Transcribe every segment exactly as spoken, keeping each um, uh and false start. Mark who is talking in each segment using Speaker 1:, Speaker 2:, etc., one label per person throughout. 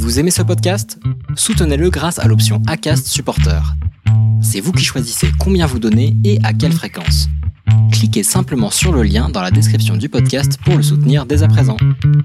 Speaker 1: Vous aimez ce podcast ? Soutenez-le grâce à l'option Acast Supporter. C'est vous qui choisissez combien vous donnez et à quelle fréquence. Cliquez simplement sur le lien dans la description du podcast pour le soutenir dès à présent.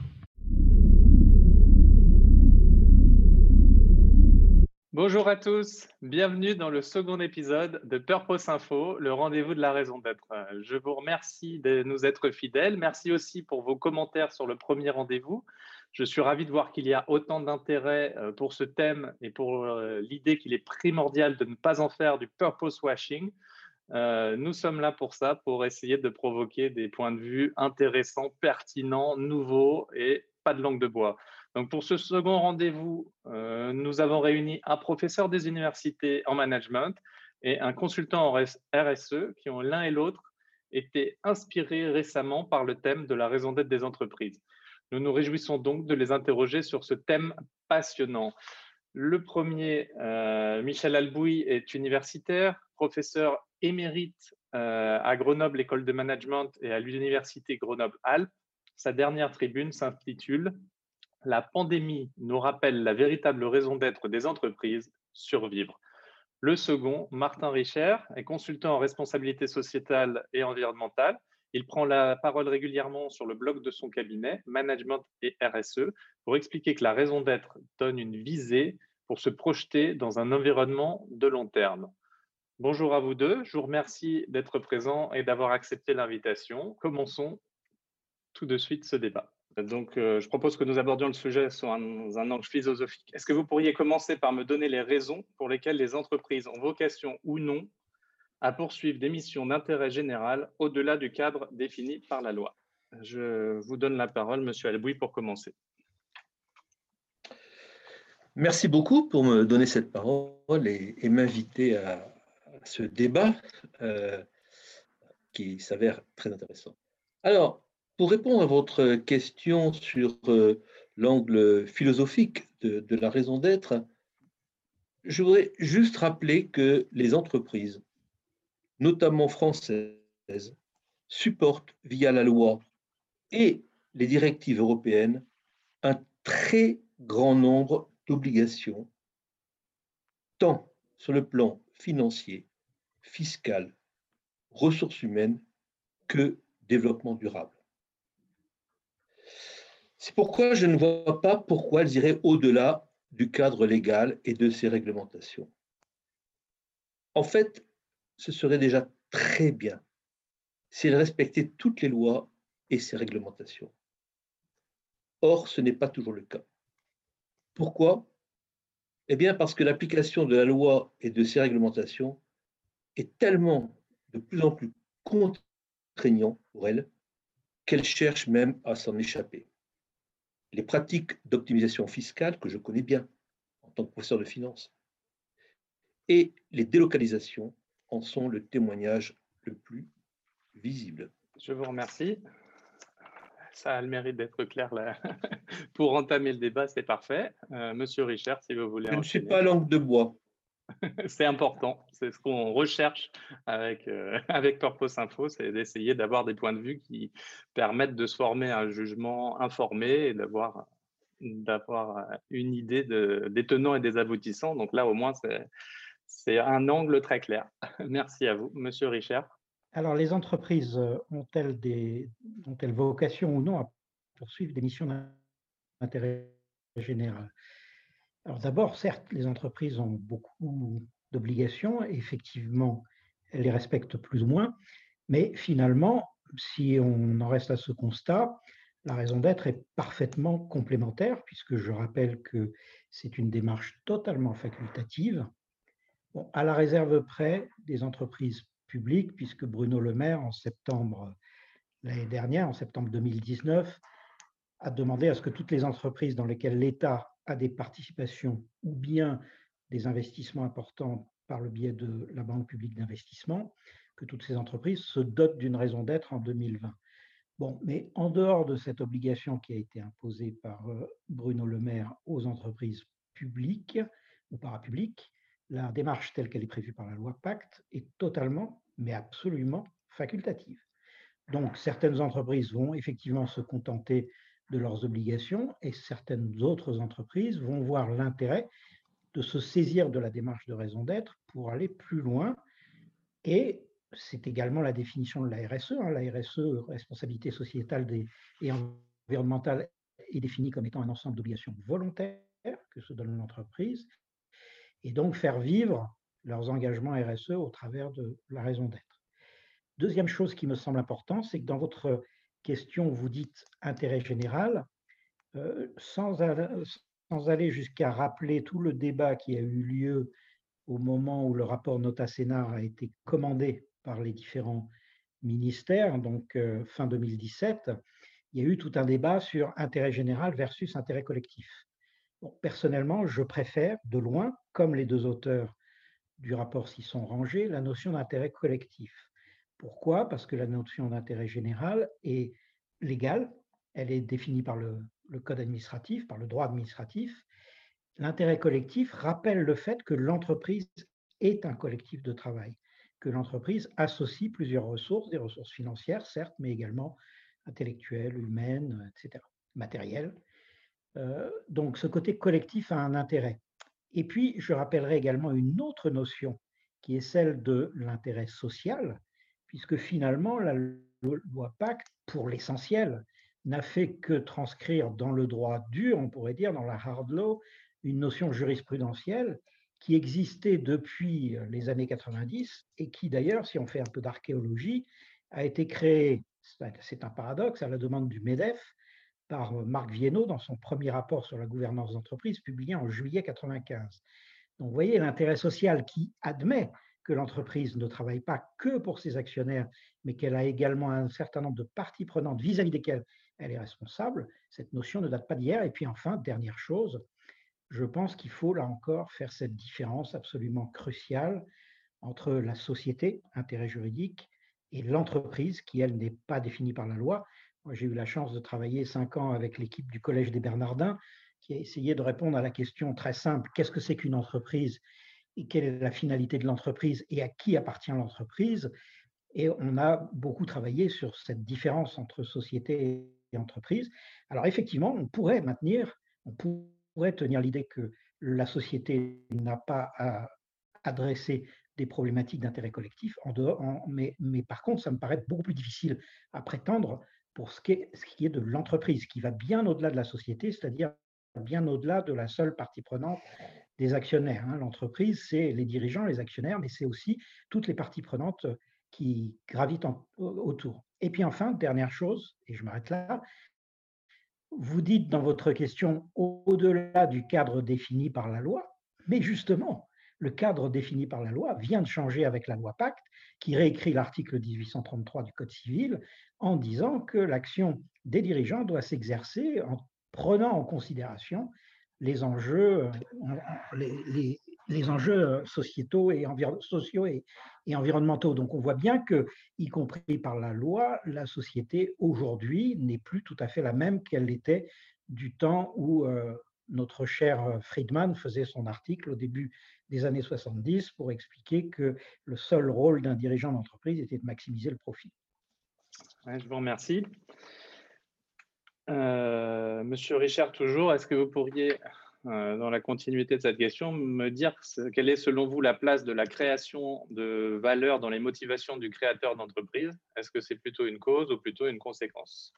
Speaker 2: Bonjour à tous, bienvenue dans le second épisode de Purpose Info, le rendez-vous de la raison d'être. Je vous remercie de nous être fidèles, merci aussi pour vos commentaires sur le premier rendez-vous. Je suis ravi de voir qu'il y a autant d'intérêt pour ce thème et pour l'idée qu'il est primordial de ne pas en faire du purpose washing. Nous sommes là pour ça, pour essayer de provoquer des points de vue intéressants, pertinents, nouveaux et pas de langue de bois. Donc pour ce second rendez-vous, euh, nous avons réuni un professeur des universités en management et un consultant en R S E qui ont l'un et l'autre été inspirés récemment par le thème de la raison d'être des entreprises. Nous nous réjouissons donc de les interroger sur ce thème passionnant. Le premier, euh, Michel Albouy, est universitaire, professeur émérite euh, à Grenoble École de Management et à l'université Grenoble-Alpes. Sa dernière tribune s'intitule « La pandémie nous rappelle la véritable raison d'être des entreprises, survivre ». Le second, Martin Richer, est consultant en responsabilité sociétale et environnementale. Il prend la parole régulièrement sur le blog de son cabinet, Management et R S E, pour expliquer que la raison d'être donne une visée pour se projeter dans un environnement de long terme. Bonjour à vous deux, je vous remercie d'être présents et d'avoir accepté l'invitation. Commençons tout de suite ce débat. Donc, euh, je propose que nous abordions le sujet sous un, un angle philosophique. Est-ce que vous pourriez commencer par me donner les raisons pour lesquelles les entreprises ont vocation ou non à poursuivre des missions d'intérêt général au-delà du cadre défini par la loi? Je vous donne la parole, Monsieur Albouy, pour commencer.
Speaker 3: Merci beaucoup pour me donner cette parole et, et m'inviter à, à ce débat euh, qui s'avère très intéressant. Alors, pour répondre à votre question sur euh, l'angle philosophique de, de la raison d'être, je voudrais juste rappeler que les entreprises, notamment françaises, supportent via la loi et les directives européennes un très grand nombre d'obligations, tant sur le plan financier, fiscal, ressources humaines que développement durable. C'est pourquoi je ne vois pas pourquoi elles iraient au-delà du cadre légal et de ses réglementations. En fait, ce serait déjà très bien si elles respectaient toutes les lois et ses réglementations. Or, ce n'est pas toujours le cas. Pourquoi ? Eh bien, parce que l'application de la loi et de ses réglementations est tellement de plus en plus contraignant pour elles qu'elles cherchent même à s'en échapper. Les pratiques d'optimisation fiscale, que je connais bien en tant que professeur de finance, et les délocalisations en sont le témoignage le plus visible.
Speaker 2: Je vous remercie. Ça a le mérite d'être clair là. Pour entamer le débat, c'est parfait. Euh, Monsieur Richard, si vous voulez
Speaker 3: Je
Speaker 2: enchaîner.
Speaker 3: ne suis pas langue de bois.
Speaker 2: C'est important, c'est ce qu'on recherche avec, euh, avec Purpose Info, c'est d'essayer d'avoir des points de vue qui permettent de se former un jugement informé et d'avoir, d'avoir une idée de, des tenants et des aboutissants. Donc là, au moins, c'est, c'est un angle très clair. Merci à vous, Monsieur Richard.
Speaker 4: Alors, les entreprises ont-elles, des, ont-elles vocation ou non à poursuivre des missions d'intérêt général ? Alors d'abord, certes, les entreprises ont beaucoup d'obligations et effectivement, elles les respectent plus ou moins, mais finalement, si on en reste à ce constat, la raison d'être est parfaitement complémentaire, puisque je rappelle que c'est une démarche totalement facultative, bon, à la réserve près des entreprises publiques, puisque Bruno Le Maire, en septembre l'année dernière, en septembre deux mille dix-neuf, a demandé à ce que toutes les entreprises dans lesquelles l'État a des participations ou bien des investissements importants par le biais de la Banque publique d'investissement, que toutes ces entreprises se dotent d'une raison d'être en deux mille vingt. Bon, mais en dehors de cette obligation qui a été imposée par Bruno Le Maire aux entreprises publiques ou parapubliques, la démarche telle qu'elle est prévue par la loi Pacte est totalement, mais absolument facultative. Donc, certaines entreprises vont effectivement se contenter de leurs obligations et certaines autres entreprises vont voir l'intérêt de se saisir de la démarche de raison d'être pour aller plus loin. Et c'est également la définition de la R S E. Hein. La R S E, responsabilité sociétale des, et environnementale, est définie comme étant un ensemble d'obligations volontaires que se donne l'entreprise, et donc faire vivre leurs engagements R S E au travers de la raison d'être. Deuxième chose qui me semble importante, c'est que dans votre question, vous dites intérêt général, euh, sans, sans aller jusqu'à rappeler tout le débat qui a eu lieu au moment où le rapport Nota-Sénart a été commandé par les différents ministères, donc euh, fin deux mille dix-sept, il y a eu tout un débat sur intérêt général versus intérêt collectif. Bon, personnellement, je préfère de loin, comme les deux auteurs du rapport s'y sont rangés, la notion d'intérêt collectif. Pourquoi? Parce que la notion d'intérêt général est légale, elle est définie par le, le code administratif, par le droit administratif. L'intérêt collectif rappelle le fait que l'entreprise est un collectif de travail, que l'entreprise associe plusieurs ressources, des ressources financières, certes, mais également intellectuelles, humaines, et cetera, matérielles. Euh, donc, ce côté collectif a un intérêt. Et puis, je rappellerai également une autre notion qui est celle de l'intérêt social, puisque finalement, la loi Pacte, pour l'essentiel, n'a fait que transcrire dans le droit dur, on pourrait dire, dans la hard law, une notion jurisprudentielle qui existait depuis les années quatre-vingt-dix et qui d'ailleurs, si on fait un peu d'archéologie, a été créée, c'est un paradoxe, à la demande du MEDEF, par Marc Viennot dans son premier rapport sur la gouvernance d'entreprise publié en juillet quatre-vingt-quinze. Donc vous voyez l'intérêt social qui admet que l'entreprise ne travaille pas que pour ses actionnaires, mais qu'elle a également un certain nombre de parties prenantes vis-à-vis desquelles elle est responsable. Cette notion ne date pas d'hier. Et puis enfin, dernière chose, je pense qu'il faut là encore faire cette différence absolument cruciale entre la société, intérêt juridique, et l'entreprise, qui elle n'est pas définie par la loi. Moi, j'ai eu la chance de travailler cinq ans avec l'équipe du Collège des Bernardins, qui a essayé de répondre à la question très simple, qu'est-ce que c'est qu'une entreprise et quelle est la finalité de l'entreprise et à qui appartient l'entreprise? Et on a beaucoup travaillé sur cette différence entre société et entreprise. Alors effectivement, on pourrait maintenir, on pourrait tenir l'idée que la société n'a pas à adresser des problématiques d'intérêt collectif, en dehors, en, mais, mais par contre, ça me paraît beaucoup plus difficile à prétendre pour ce qui est, ce qui est de l'entreprise, qui va bien au-delà de la société, c'est-à-dire bien au-delà de la seule partie prenante des actionnaires. Hein. L'entreprise, c'est les dirigeants, les actionnaires, mais c'est aussi toutes les parties prenantes qui gravitent en, autour. Et puis enfin, dernière chose, et je m'arrête là, vous dites dans votre question au-delà du cadre défini par la loi, mais justement, le cadre défini par la loi vient de changer avec la loi Pacte, qui réécrit l'article mille huit cent trente-trois du Code civil en disant que l'action des dirigeants doit s'exercer en prenant en considération les enjeux, les, les, les enjeux sociétaux et, envir sociaux et, et environnementaux. Donc on voit bien que, y compris par la loi, la société aujourd'hui n'est plus tout à fait la même qu'elle l'était du temps où euh, notre cher Friedman faisait son article au début des années soixante-dix pour expliquer que le seul rôle d'un dirigeant d'entreprise était de maximiser le profit.
Speaker 2: Ouais, je vous remercie. Euh, Monsieur Richard, toujours, est-ce que vous pourriez, euh, dans la continuité de cette question, me dire quelle est selon vous la place de la création de valeur dans les motivations du créateur d'entreprise? Est-ce que c'est plutôt une cause ou plutôt une conséquence?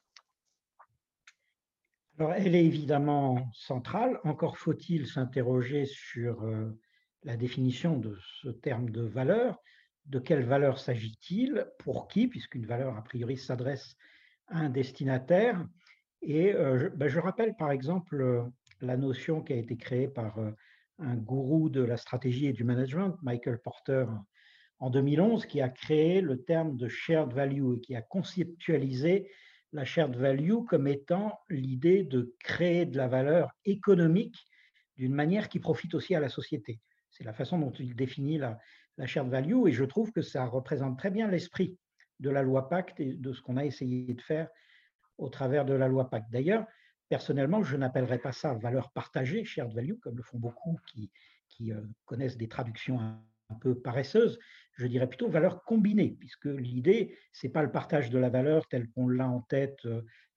Speaker 4: Alors, elle est évidemment centrale. Encore faut-il s'interroger sur euh, la définition de ce terme de valeur. De quelle valeur s'agit-il? Pour qui? Puisqu'une valeur, a priori, s'adresse à un destinataire. Et euh, je, ben, je rappelle, par exemple, euh, la notion qui a été créée par euh, un gourou de la stratégie et du management, Michael Porter, en deux mille onze, qui a créé le terme de shared value et qui a conceptualisé la shared value comme étant l'idée de créer de la valeur économique d'une manière qui profite aussi à la société. C'est la façon dont il définit la, la shared value et je trouve que ça représente très bien l'esprit de la loi Pacte et de ce qu'on a essayé de faire au travers de la loi Pacte. D'ailleurs, personnellement, je n'appellerais pas ça valeur partagée, shared value, comme le font beaucoup qui, qui euh, connaissent des traductions un, un peu paresseuses. Je dirais plutôt valeur combinée, puisque l'idée, ce n'est pas le partage de la valeur tel qu'on l'a en tête euh,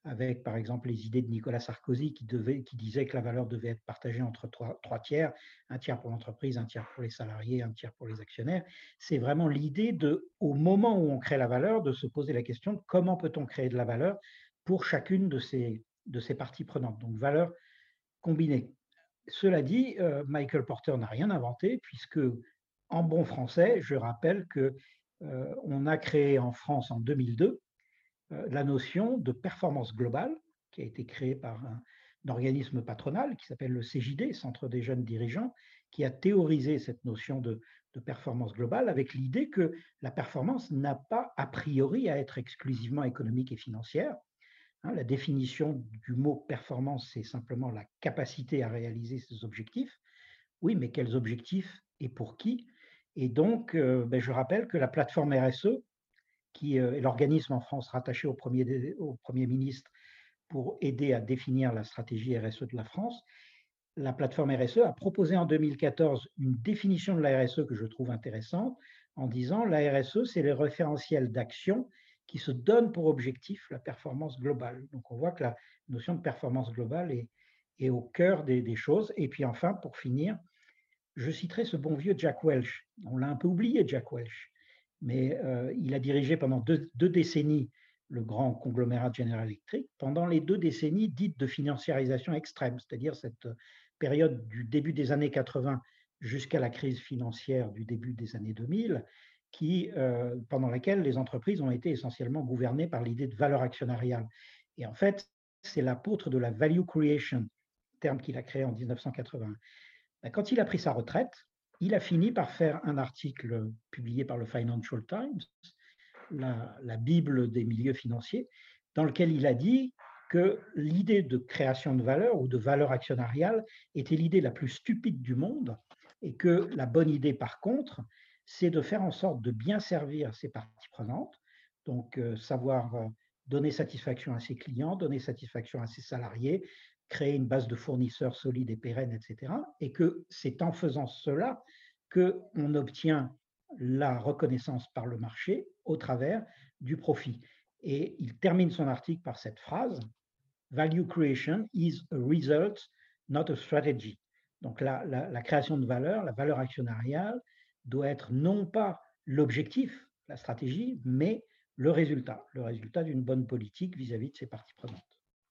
Speaker 4: avec par exemple les idées de Nicolas Sarkozy qui, devait, qui disait que la valeur devait être partagée entre trois, trois tiers, un tiers pour l'entreprise, un tiers pour les salariés, un tiers pour les actionnaires. C'est vraiment l'idée de, au moment où on crée la valeur, de se poser la question de comment peut-on créer de la valeur pour chacune de ces, de ces parties prenantes, donc valeur combinée. Cela dit, euh, Michael Porter n'a rien inventé puisque, en bon français, je rappelle que euh, on a créé en France en deux mille deux la notion de performance globale, qui a été créée par un, un organisme patronal qui s'appelle le C J D, Centre des jeunes dirigeants, qui a théorisé cette notion de, de performance globale avec l'idée que la performance n'a pas a priori à être exclusivement économique et financière. Hein, la définition du mot performance, c'est simplement la capacité à réaliser ses objectifs. Oui, mais quels objectifs et pour qui? Et donc, euh, ben, je rappelle que la plateforme R S E, qui est l'organisme en France rattaché au Premier, au Premier ministre pour aider à définir la stratégie R S E de la France. La plateforme R S E a proposé en deux mille quatorze une définition de la R S E que je trouve intéressante en disant la R S E, c'est le référentiel d'action qui se donne pour objectif la performance globale. Donc on voit que la notion de performance globale est, est au cœur des, des choses. Et puis enfin, pour finir, je citerai ce bon vieux Jack Welch. On l'a un peu oublié, Jack Welch. Mais euh, il a dirigé pendant deux, deux décennies le grand conglomérat General Electric, pendant les deux décennies dites de financiarisation extrême, c'est-à-dire cette période du début des années quatre-vingts jusqu'à la crise financière du début des années deux mille, qui, euh, pendant laquelle les entreprises ont été essentiellement gouvernées par l'idée de valeur actionnariale. Et en fait, c'est l'apôtre de la value creation, terme qu'il a créé en mille neuf cent quatre-vingt-un. Quand il a pris sa retraite, il a fini par faire un article publié par le Financial Times, la, la Bible des milieux financiers, dans lequel il a dit que l'idée de création de valeur ou de valeur actionnariale était l'idée la plus stupide du monde et que la bonne idée, par contre, c'est de faire en sorte de bien servir ses parties prenantes, donc euh, savoir euh, donner satisfaction à ses clients, donner satisfaction à ses salariés, créer une base de fournisseurs solide et pérenne, et cetera. Et que c'est en faisant cela qu'on obtient la reconnaissance par le marché au travers du profit. Et il termine son article par cette phrase, « Value creation is a result, not a strategy ». Donc la, la, la création de valeur, la valeur actionnariale, doit être non pas l'objectif, la stratégie, mais le résultat, le résultat d'une bonne politique vis-à-vis de ses parties prenantes.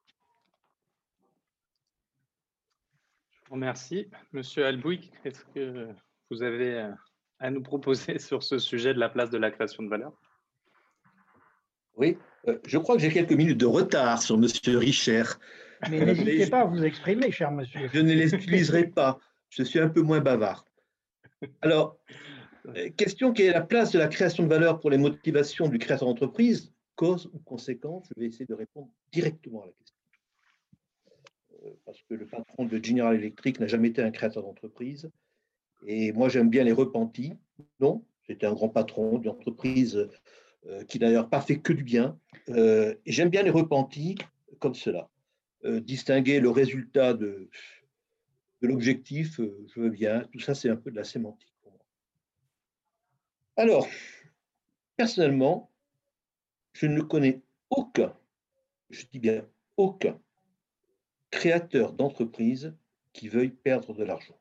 Speaker 2: Merci. Monsieur Albouy, est-ce que vous avez à nous proposer sur ce sujet de la place de la création de valeur?
Speaker 3: Oui, euh, je crois que j'ai quelques minutes de retard sur Monsieur Richer.
Speaker 4: Mais n'hésitez pas à vous exprimer, cher monsieur.
Speaker 3: Je ne les utiliserai pas. Je suis un peu moins bavard. Alors, question, quelle est la place de la création de valeur pour les motivations du créateur d'entreprise? Cause ou conséquence? Je vais essayer de répondre directement à la question. Parce que le patron de General Electric n'a jamais été un créateur d'entreprise. Et moi, j'aime bien les repentis. Non, c'était un grand patron d'une entreprise euh, qui d'ailleurs pas fait que du bien. Euh, et j'aime bien les repentis comme cela. Euh, distinguer le résultat de, de l'objectif, euh, je veux bien. Tout ça, c'est un peu de la sémantique pour moi. Alors, personnellement, je ne connais aucun, je dis bien aucun, créateur d'entreprise qui veuille perdre de l'argent.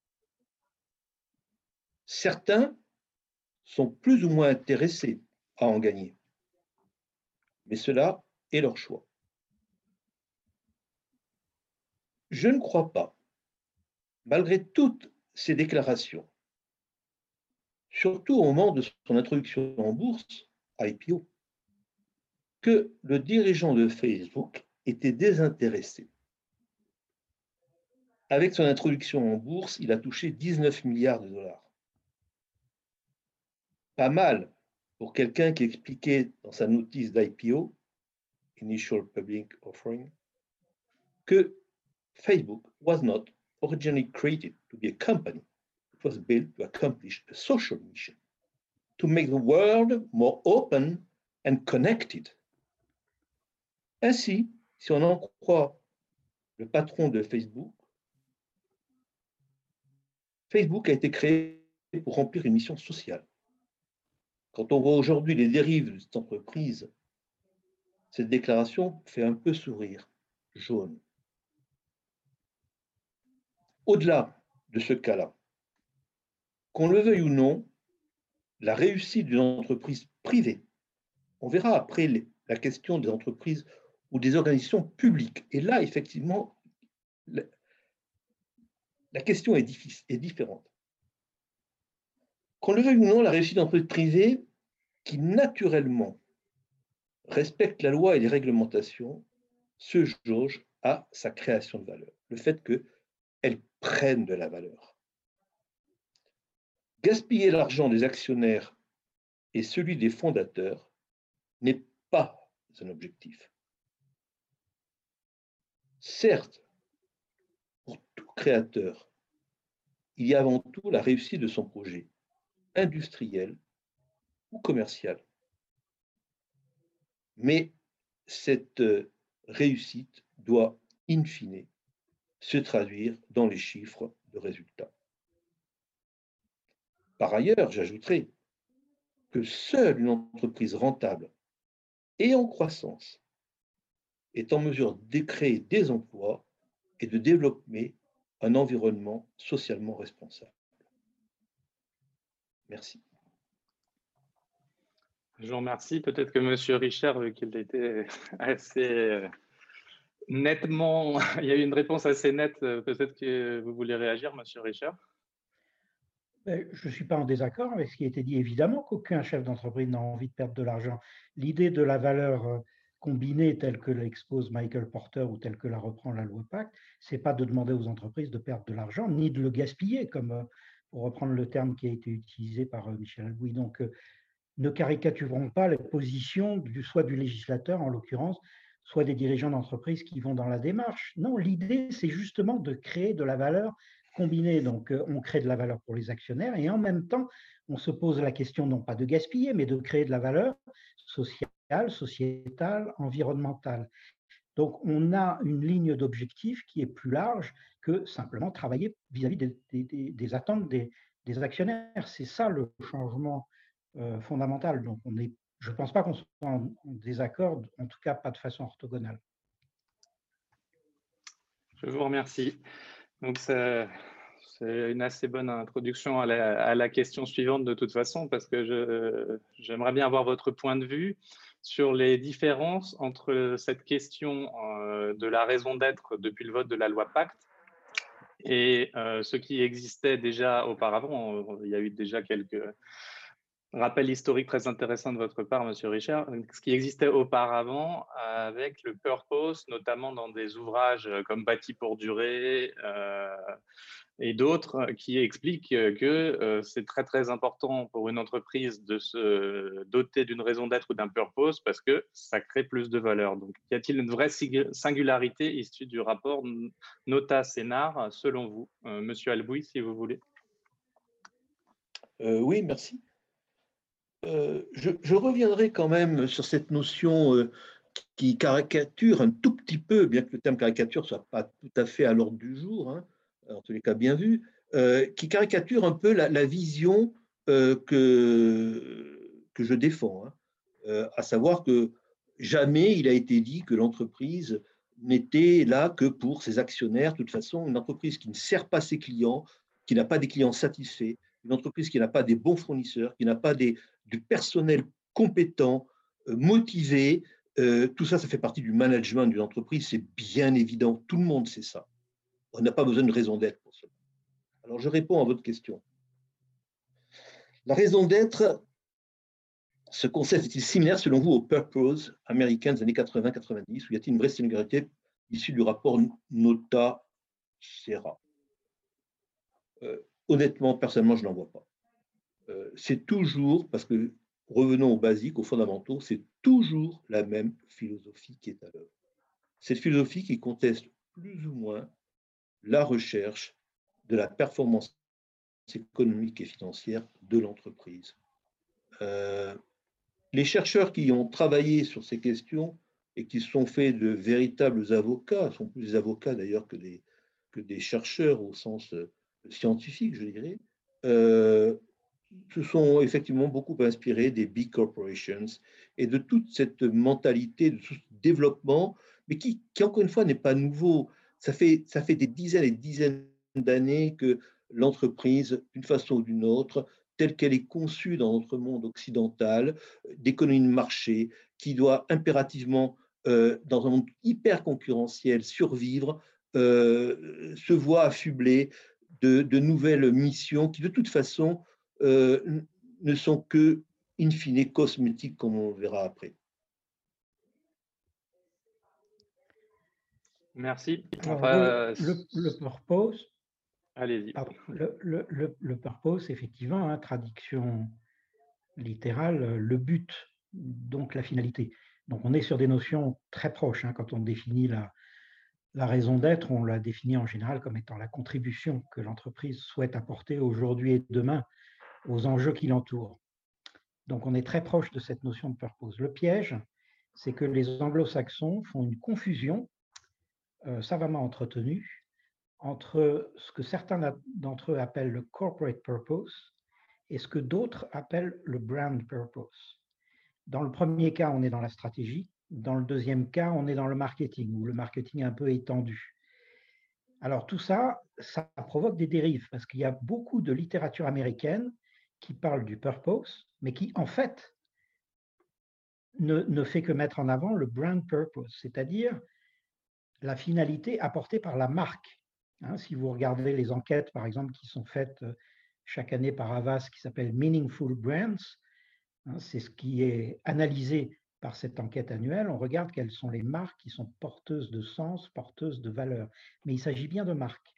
Speaker 3: Certains sont plus ou moins intéressés à en gagner, mais cela est leur choix. Je ne crois pas, malgré toutes ces déclarations, surtout au moment de son introduction en bourse, I P O, que le dirigeant de Facebook était désintéressé. Avec son introduction en bourse, il a touché dix-neuf milliards de dollars. Pas mal pour quelqu'un qui expliquait dans sa notice d'I P O, Initial Public Offering, que Facebook was not originally created to be a company. It was built to accomplish a social mission, to make the world more open and connected. Ainsi, si on en croit le patron de Facebook, Facebook a été créé pour remplir une mission sociale. Quand on voit aujourd'hui les dérives de cette entreprise, Cette déclaration fait un peu sourire, jaune. Au-delà de ce cas-là, qu'on le veuille ou non, la réussite d'une entreprise privée, on verra après les, la question des entreprises ou des organisations publiques. Et là, effectivement, la, la question est, difficile, est différente. Qu'on le veuille ou non, la réussite d'une entreprise privée qui naturellement respecte la loi et les réglementations se jauge à sa création de valeur, le fait qu'elle prenne de la valeur. Gaspiller l'argent des actionnaires et celui des fondateurs n'est pas un objectif. Certes, pour tout créateur, il y a avant tout la réussite de son projet industriel ou commercial. Mais cette réussite doit, in fine, se traduire dans les chiffres de résultats. Par ailleurs, j'ajouterai que seule une entreprise rentable et en croissance est en mesure de créer des emplois et de développer un environnement socialement responsable. Merci.
Speaker 2: Je vous remercie. Peut-être que M. Richard, vu qu'il était assez nettement, il y a eu une réponse assez nette, peut-être que vous voulez réagir, M. Richard?
Speaker 4: Je ne suis pas en désaccord avec ce qui a été dit. Évidemment qu'aucun chef d'entreprise n'a envie de perdre de l'argent. L'idée de la valeur combinée telle que l'expose Michael Porter ou telle que la reprend la loi Pacte, ce n'est pas de demander aux entreprises de perdre de l'argent, ni de le gaspiller, comme pour reprendre le terme qui a été utilisé par Michel Albouy. Donc, ne caricaturons pas les positions du, soit du législateur, en l'occurrence, soit des dirigeants d'entreprise qui vont dans la démarche. Non, l'idée, c'est justement de créer de la valeur combinée. Donc, on crée de la valeur pour les actionnaires et en même temps, on se pose la question non pas de gaspiller, mais de créer de la valeur sociale, sociétale, environnementale. Donc, on a une ligne d'objectif qui est plus large que simplement travailler vis-à-vis des, des, des attentes des, des actionnaires. C'est ça le changement euh, fondamental. Donc, on est, je ne pense pas qu'on soit en, en désaccord, en tout cas pas de façon orthogonale.
Speaker 2: Je vous remercie. Donc, c'est une assez bonne introduction à la, à la question suivante de toute façon, parce que je, j'aimerais bien avoir votre point de vue sur les différences entre cette question euh, de la raison d'être depuis le vote de la loi Pacte et euh, ce qui existait déjà auparavant. Il y a eu déjà quelques rappels historiques très intéressants de votre part, Monsieur Richard. Ce qui existait auparavant avec le purpose, notamment dans des ouvrages comme Bâti pour durer euh, et d'autres qui expliquent que euh, c'est très très important pour une entreprise de se doter d'une raison d'être ou d'un purpose parce que ça crée plus de valeur. Donc, y a-t-il une vraie singularité issue du rapport Nota-Sénard selon vous, euh, Monsieur Albouy, si vous voulez?
Speaker 3: euh, Oui, merci. Euh, je, je reviendrai quand même sur cette notion euh, qui caricature un tout petit peu, bien que le terme caricature ne soit pas tout à fait à l'ordre du jour, hein, en tous les cas bien vu, euh, qui caricature un peu la, la vision euh, que, que je défends, hein, euh, à savoir que jamais il a été dit que l'entreprise n'était là que pour ses actionnaires. De toute façon, une entreprise qui ne sert pas ses clients, qui n'a pas des clients satisfaits, une entreprise qui n'a pas des bons fournisseurs, qui n'a pas des, du personnel compétent, euh, motivé, euh, tout ça, ça fait partie du management d'une entreprise, c'est bien évident, tout le monde sait ça. On n'a pas besoin de raison d'être pour cela. Alors, je réponds à votre question. La raison d'être, ce concept est-il similaire, selon vous, au purpose américain des années quatre-vingts quatre-vingt-dix, ou y a-t-il une vraie singularité issue du rapport Nota-Sénard? euh, Honnêtement, personnellement, je n'en vois pas. Euh, c'est toujours, parce que revenons aux basiques, aux fondamentaux, c'est toujours la même philosophie qui est à l'œuvre. Cette philosophie qui conteste plus ou moins la recherche de la performance économique et financière de l'entreprise. Euh, les chercheurs qui ont travaillé sur ces questions et qui sont faits de véritables avocats, sont plus des avocats d'ailleurs que des, que des chercheurs au sens scientifique, je dirais, euh, se sont effectivement beaucoup inspirés des big corporations et de toute cette mentalité, de tout ce développement, mais qui, qui encore une fois, n'est pas nouveau. Ça fait, ça fait des dizaines et des dizaines d'années que l'entreprise, d'une façon ou d'une autre, telle qu'elle est conçue dans notre monde occidental, d'économie de marché, qui doit impérativement, euh, dans un monde hyper concurrentiel, survivre, euh, se voit affublée de, de nouvelles missions qui, de toute façon, euh, ne sont que, in fine, cosmétiques, comme on verra après.
Speaker 2: Merci.
Speaker 4: Alors,
Speaker 2: Enfin,
Speaker 4: le, le, le purpose,
Speaker 2: allez-y.
Speaker 4: pardon, le, le, le, le purpose, effectivement, hein, traduction littérale, le but, donc la finalité. Donc, on est sur des notions très proches. Hein, quand on définit la, la raison d'être, on la définit en général comme étant la contribution que l'entreprise souhaite apporter aujourd'hui et demain aux enjeux qui l'entourent. Donc, on est très proche de cette notion de purpose. Le piège, c'est que les anglo-saxons font une confusion euh, savamment entretenue entre ce que certains d'entre eux appellent le corporate purpose et ce que d'autres appellent le brand purpose. Dans le premier cas, on est dans la stratégie. Dans le deuxième cas, on est dans le marketing, ou le marketing un peu étendu. Alors tout ça, ça provoque des dérives, parce qu'il y a beaucoup de littérature américaine qui parle du purpose, mais qui, en fait, ne, ne fait que mettre en avant le brand purpose, c'est-à-dire la finalité apportée par la marque. Hein, si vous regardez les enquêtes, par exemple, qui sont faites chaque année par Havas, qui s'appelle Meaningful Brands, hein, c'est ce qui est analysé par cette enquête annuelle. On regarde quelles sont les marques qui sont porteuses de sens, porteuses de valeur. Mais il s'agit bien de marques.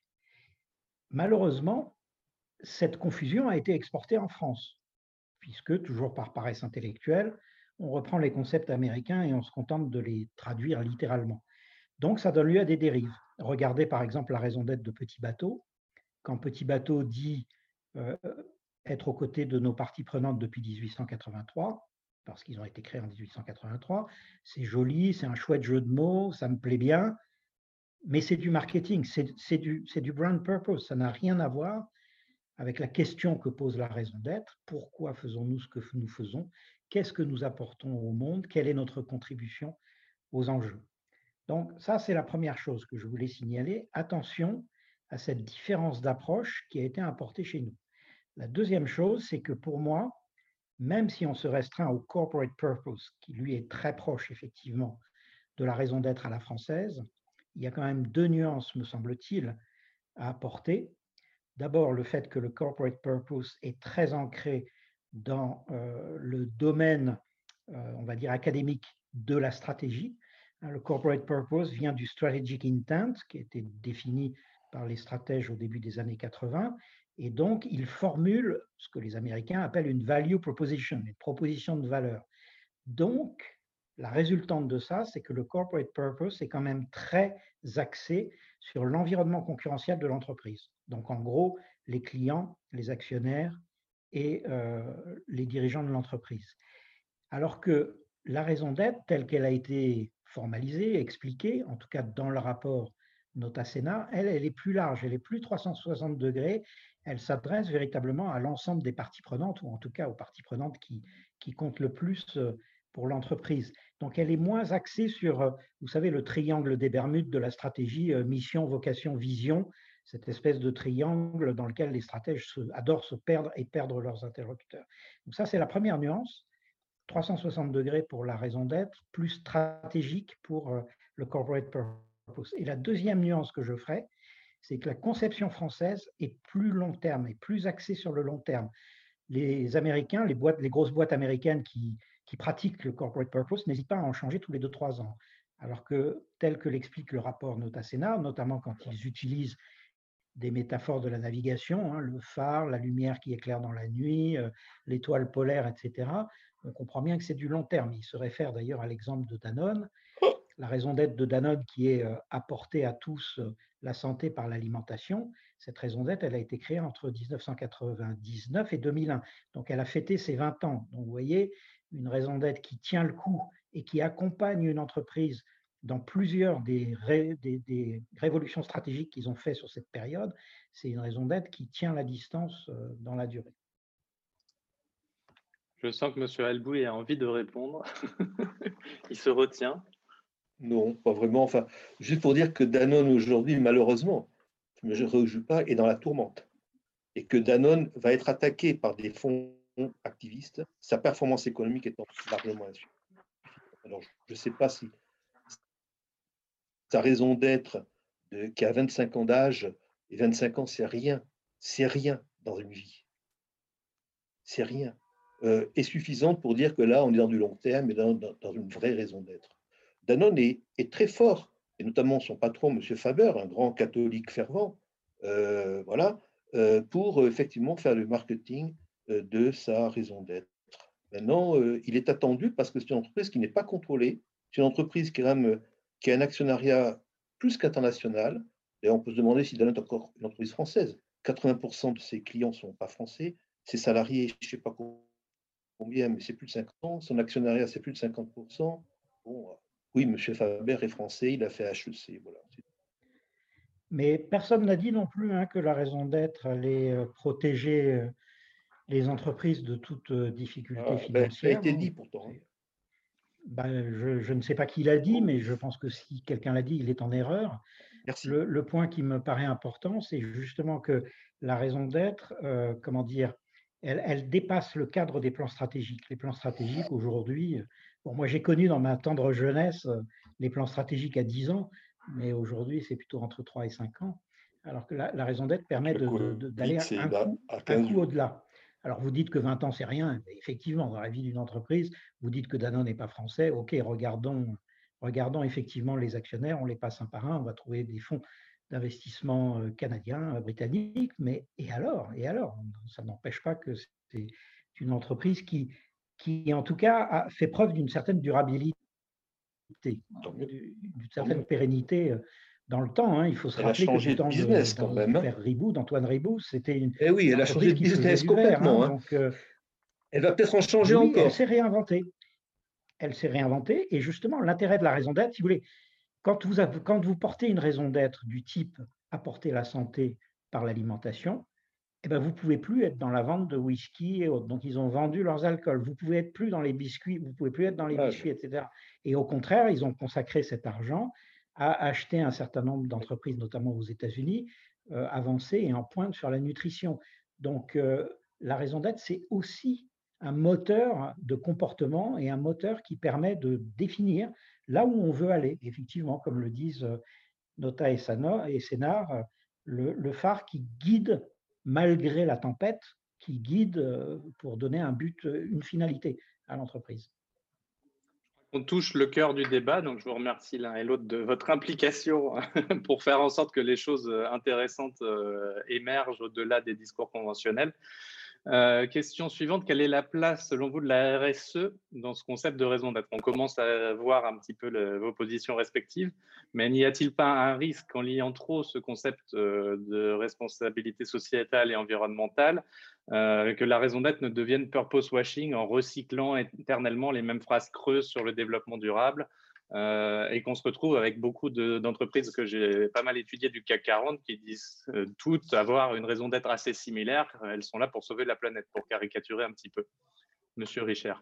Speaker 4: Malheureusement, cette confusion a été exportée en France, puisque, toujours par paresse intellectuelle, on reprend les concepts américains et on se contente de les traduire littéralement. Donc, ça donne lieu à des dérives. Regardez par exemple la raison d'être de Petit Bateau. Quand Petit Bateau dit euh, être aux côtés de nos parties prenantes depuis dix-huit cent quatre-vingt-trois, parce qu'ils ont été créés en dix-huit cent quatre-vingt-trois, c'est joli, c'est un chouette jeu de mots, ça me plaît bien, mais c'est du marketing, c'est du, du brand purpose, ça n'a rien à voir avec la question que pose la raison d'être, pourquoi faisons-nous ce que nous faisons, qu'est-ce que nous apportons au monde, quelle est notre contribution aux enjeux. Donc ça, c'est la première chose que je voulais signaler. Attention à cette différence d'approche qui a été importée chez nous. La deuxième chose, c'est que pour moi, même si on se restreint au corporate purpose, qui lui est très proche effectivement de la raison d'être à la française, il y a quand même deux nuances, me semble-t-il, à apporter. D'abord, le fait que le corporate purpose est très ancré dans euh, le domaine, euh, on va dire, académique de la stratégie. Le corporate purpose vient du strategic intent, qui a été défini par les stratèges au début des années quatre-vingt, et donc il formule ce que les Américains appellent une value proposition, une proposition de valeur. Donc, la résultante de ça, c'est que le corporate purpose est quand même très axé sur l'environnement concurrentiel de l'entreprise. Donc, en gros, les clients, les actionnaires et euh, les dirigeants de l'entreprise. Alors que la raison d'être, telle qu'elle a été formalisée, expliquée, en tout cas dans le rapport Nota Sena, elle, elle est plus large, elle est plus trois cent soixante degrés, elle s'adresse véritablement à l'ensemble des parties prenantes, ou en tout cas aux parties prenantes qui, qui comptent le plus pour l'entreprise. Donc elle est moins axée sur, vous savez, le triangle des Bermudes de la stratégie mission, vocation, vision, cette espèce de triangle dans lequel les stratèges se, adorent se perdre et perdre leurs interlocuteurs. Donc ça, c'est la première nuance. trois cent soixante degrés pour la raison d'être, plus stratégique pour euh, le corporate purpose. Et la deuxième nuance que je ferai, c'est que la conception française est plus long terme et plus axée sur le long terme. Les Américains, les, boîtes, les grosses boîtes américaines qui, qui pratiquent le corporate purpose n'hésitent pas à en changer tous les deux trois ans. Alors que, tel que l'explique le rapport Nota Sena, notamment quand ils utilisent des métaphores de la navigation, hein, le phare, la lumière qui éclaire dans la nuit, euh, l'étoile polaire, et cetera, on comprend bien que c'est du long terme. Il se réfère d'ailleurs à l'exemple de Danone, la raison d'être de Danone qui est euh, apporter à tous euh, la santé par l'alimentation. Cette raison d'être, elle a été créée entre mille neuf cent quatre-vingt-dix-neuf et deux mille un. Donc elle a fêté ses vingt ans. Donc vous voyez, une raison d'être qui tient le coup et qui accompagne une entreprise dans plusieurs des, ré, des, des révolutions stratégiques qu'ils ont fait sur cette période, c'est une raison d'être qui tient la distance euh, dans la durée.
Speaker 2: Je sens que M. Albouy a envie de répondre. Il se retient.
Speaker 3: Non, pas vraiment. Enfin, juste pour dire que Danone aujourd'hui, malheureusement, je ne me réjouis pas, est dans la tourmente. Et que Danone va être attaqué par des fonds activistes, sa performance économique étant largement insuffisante. Alors, je ne sais pas si sa raison d'être, de, qui a vingt-cinq ans d'âge, et vingt-cinq ans, c'est rien. C'est rien dans une vie. C'est rien. Euh, est suffisante pour dire que là, on est dans du long terme et dans, dans, dans une vraie raison d'être. Danone est, est très fort, et notamment son patron, M. Faber, un grand catholique fervent, euh, voilà, euh, pour euh, effectivement faire le marketing euh, de sa raison d'être. Maintenant, euh, il est attendu parce que c'est une entreprise qui n'est pas contrôlée, c'est une entreprise qui, rame, qui a un actionnariat plus qu'international. D'ailleurs, on peut se demander si Danone est encore une entreprise française. quatre-vingts pour cent de ses clients ne sont pas français, ses salariés, je ne sais pas combien, mais c'est plus de cinquante pour cent, son actionnariat, c'est plus de cinquante pour cent. Bon, oui, M. Faber est français, il a fait H E C. Voilà.
Speaker 4: Mais personne n'a dit non plus hein, que la raison d'être allait protéger les entreprises de toute difficulté
Speaker 3: ah,
Speaker 4: financière.
Speaker 3: Ben, ça a été dit pourtant.
Speaker 4: Ben, je, je ne sais pas qui l'a dit, mais je pense que si quelqu'un l'a dit, il est en erreur.
Speaker 3: Merci.
Speaker 4: Le, le point qui me paraît important, c'est justement que la raison d'être, euh, comment dire, elle, elle dépasse le cadre des plans stratégiques. Les plans stratégiques aujourd'hui, bon, moi j'ai connu dans ma tendre jeunesse les plans stratégiques à dix ans, mais aujourd'hui c'est plutôt entre trois et cinq ans. Alors que la, la raison d'être permet de, de, de, d'aller un coup, un coup au-delà. Alors vous dites que vingt ans c'est rien, mais effectivement dans la vie d'une entreprise, vous dites que Danone n'est pas français, ok, regardons, regardons effectivement les actionnaires, on les passe un par un, on va trouver des fonds d'investissement canadiens, britanniques, mais et alors, et alors, ça n'empêche pas que c'est une entreprise qui, qui en tout cas a fait preuve d'une certaine durabilité, d'une certaine pérennité dans le temps. Hein. Il faut se
Speaker 3: elle
Speaker 4: rappeler
Speaker 3: a changé
Speaker 4: que du
Speaker 3: de
Speaker 4: temps
Speaker 3: business
Speaker 4: de,
Speaker 3: quand
Speaker 4: de
Speaker 3: même. Hein.
Speaker 4: Père Ribou, d'Antoine Ribou, c'était une,
Speaker 3: eh oui, elle
Speaker 4: une
Speaker 3: a changé de business complètement. Verre, hein.
Speaker 4: Donc, euh,
Speaker 3: elle va peut-être en changer
Speaker 4: oui,
Speaker 3: encore.
Speaker 4: Elle s'est réinventée. Elle s'est réinventée. Et justement, l'intérêt de la raison d'être, si vous voulez, quand vous, avez, quand vous portez une raison d'être du type apporter la santé par l'alimentation, eh ben vous ne pouvez plus être dans la vente de whisky et autres. Donc, ils ont vendu leurs alcools. Vous ne pouvez être plus dans les biscuits, vous ne pouvez plus être dans les ah, biscuits, et cetera. Et au contraire, ils ont consacré cet argent à acheter un certain nombre d'entreprises, notamment aux États-Unis, euh, avancées et en pointe sur la nutrition. Donc, euh, la raison d'être, c'est aussi un moteur de comportement et un moteur qui permet de définir là où on veut aller. Effectivement, comme le disent Nota et Sénard, le, le phare qui guide malgré la tempête, qui guide pour donner un but, une finalité à l'entreprise.
Speaker 2: On touche le cœur du débat, donc je vous remercie l'un et l'autre de votre implication pour faire en sorte que les choses intéressantes émergent au-delà des discours conventionnels. Euh, question suivante, quelle est la place selon vous de la R S E dans ce concept de raison d'être? On commence à voir un petit peu le, vos positions respectives, mais n'y a-t-il pas un risque en liant trop ce concept euh, de responsabilité sociétale et environnementale euh, que la raison d'être ne devienne purpose washing en recyclant éternellement les mêmes phrases creuses sur le développement durable? Euh, et qu'on se retrouve avec beaucoup de, d'entreprises que j'ai pas mal étudiées du C A C quarante qui disent euh, toutes avoir une raison d'être assez similaire. Elles sont là pour sauver la planète, pour caricaturer un petit peu. Monsieur Richert.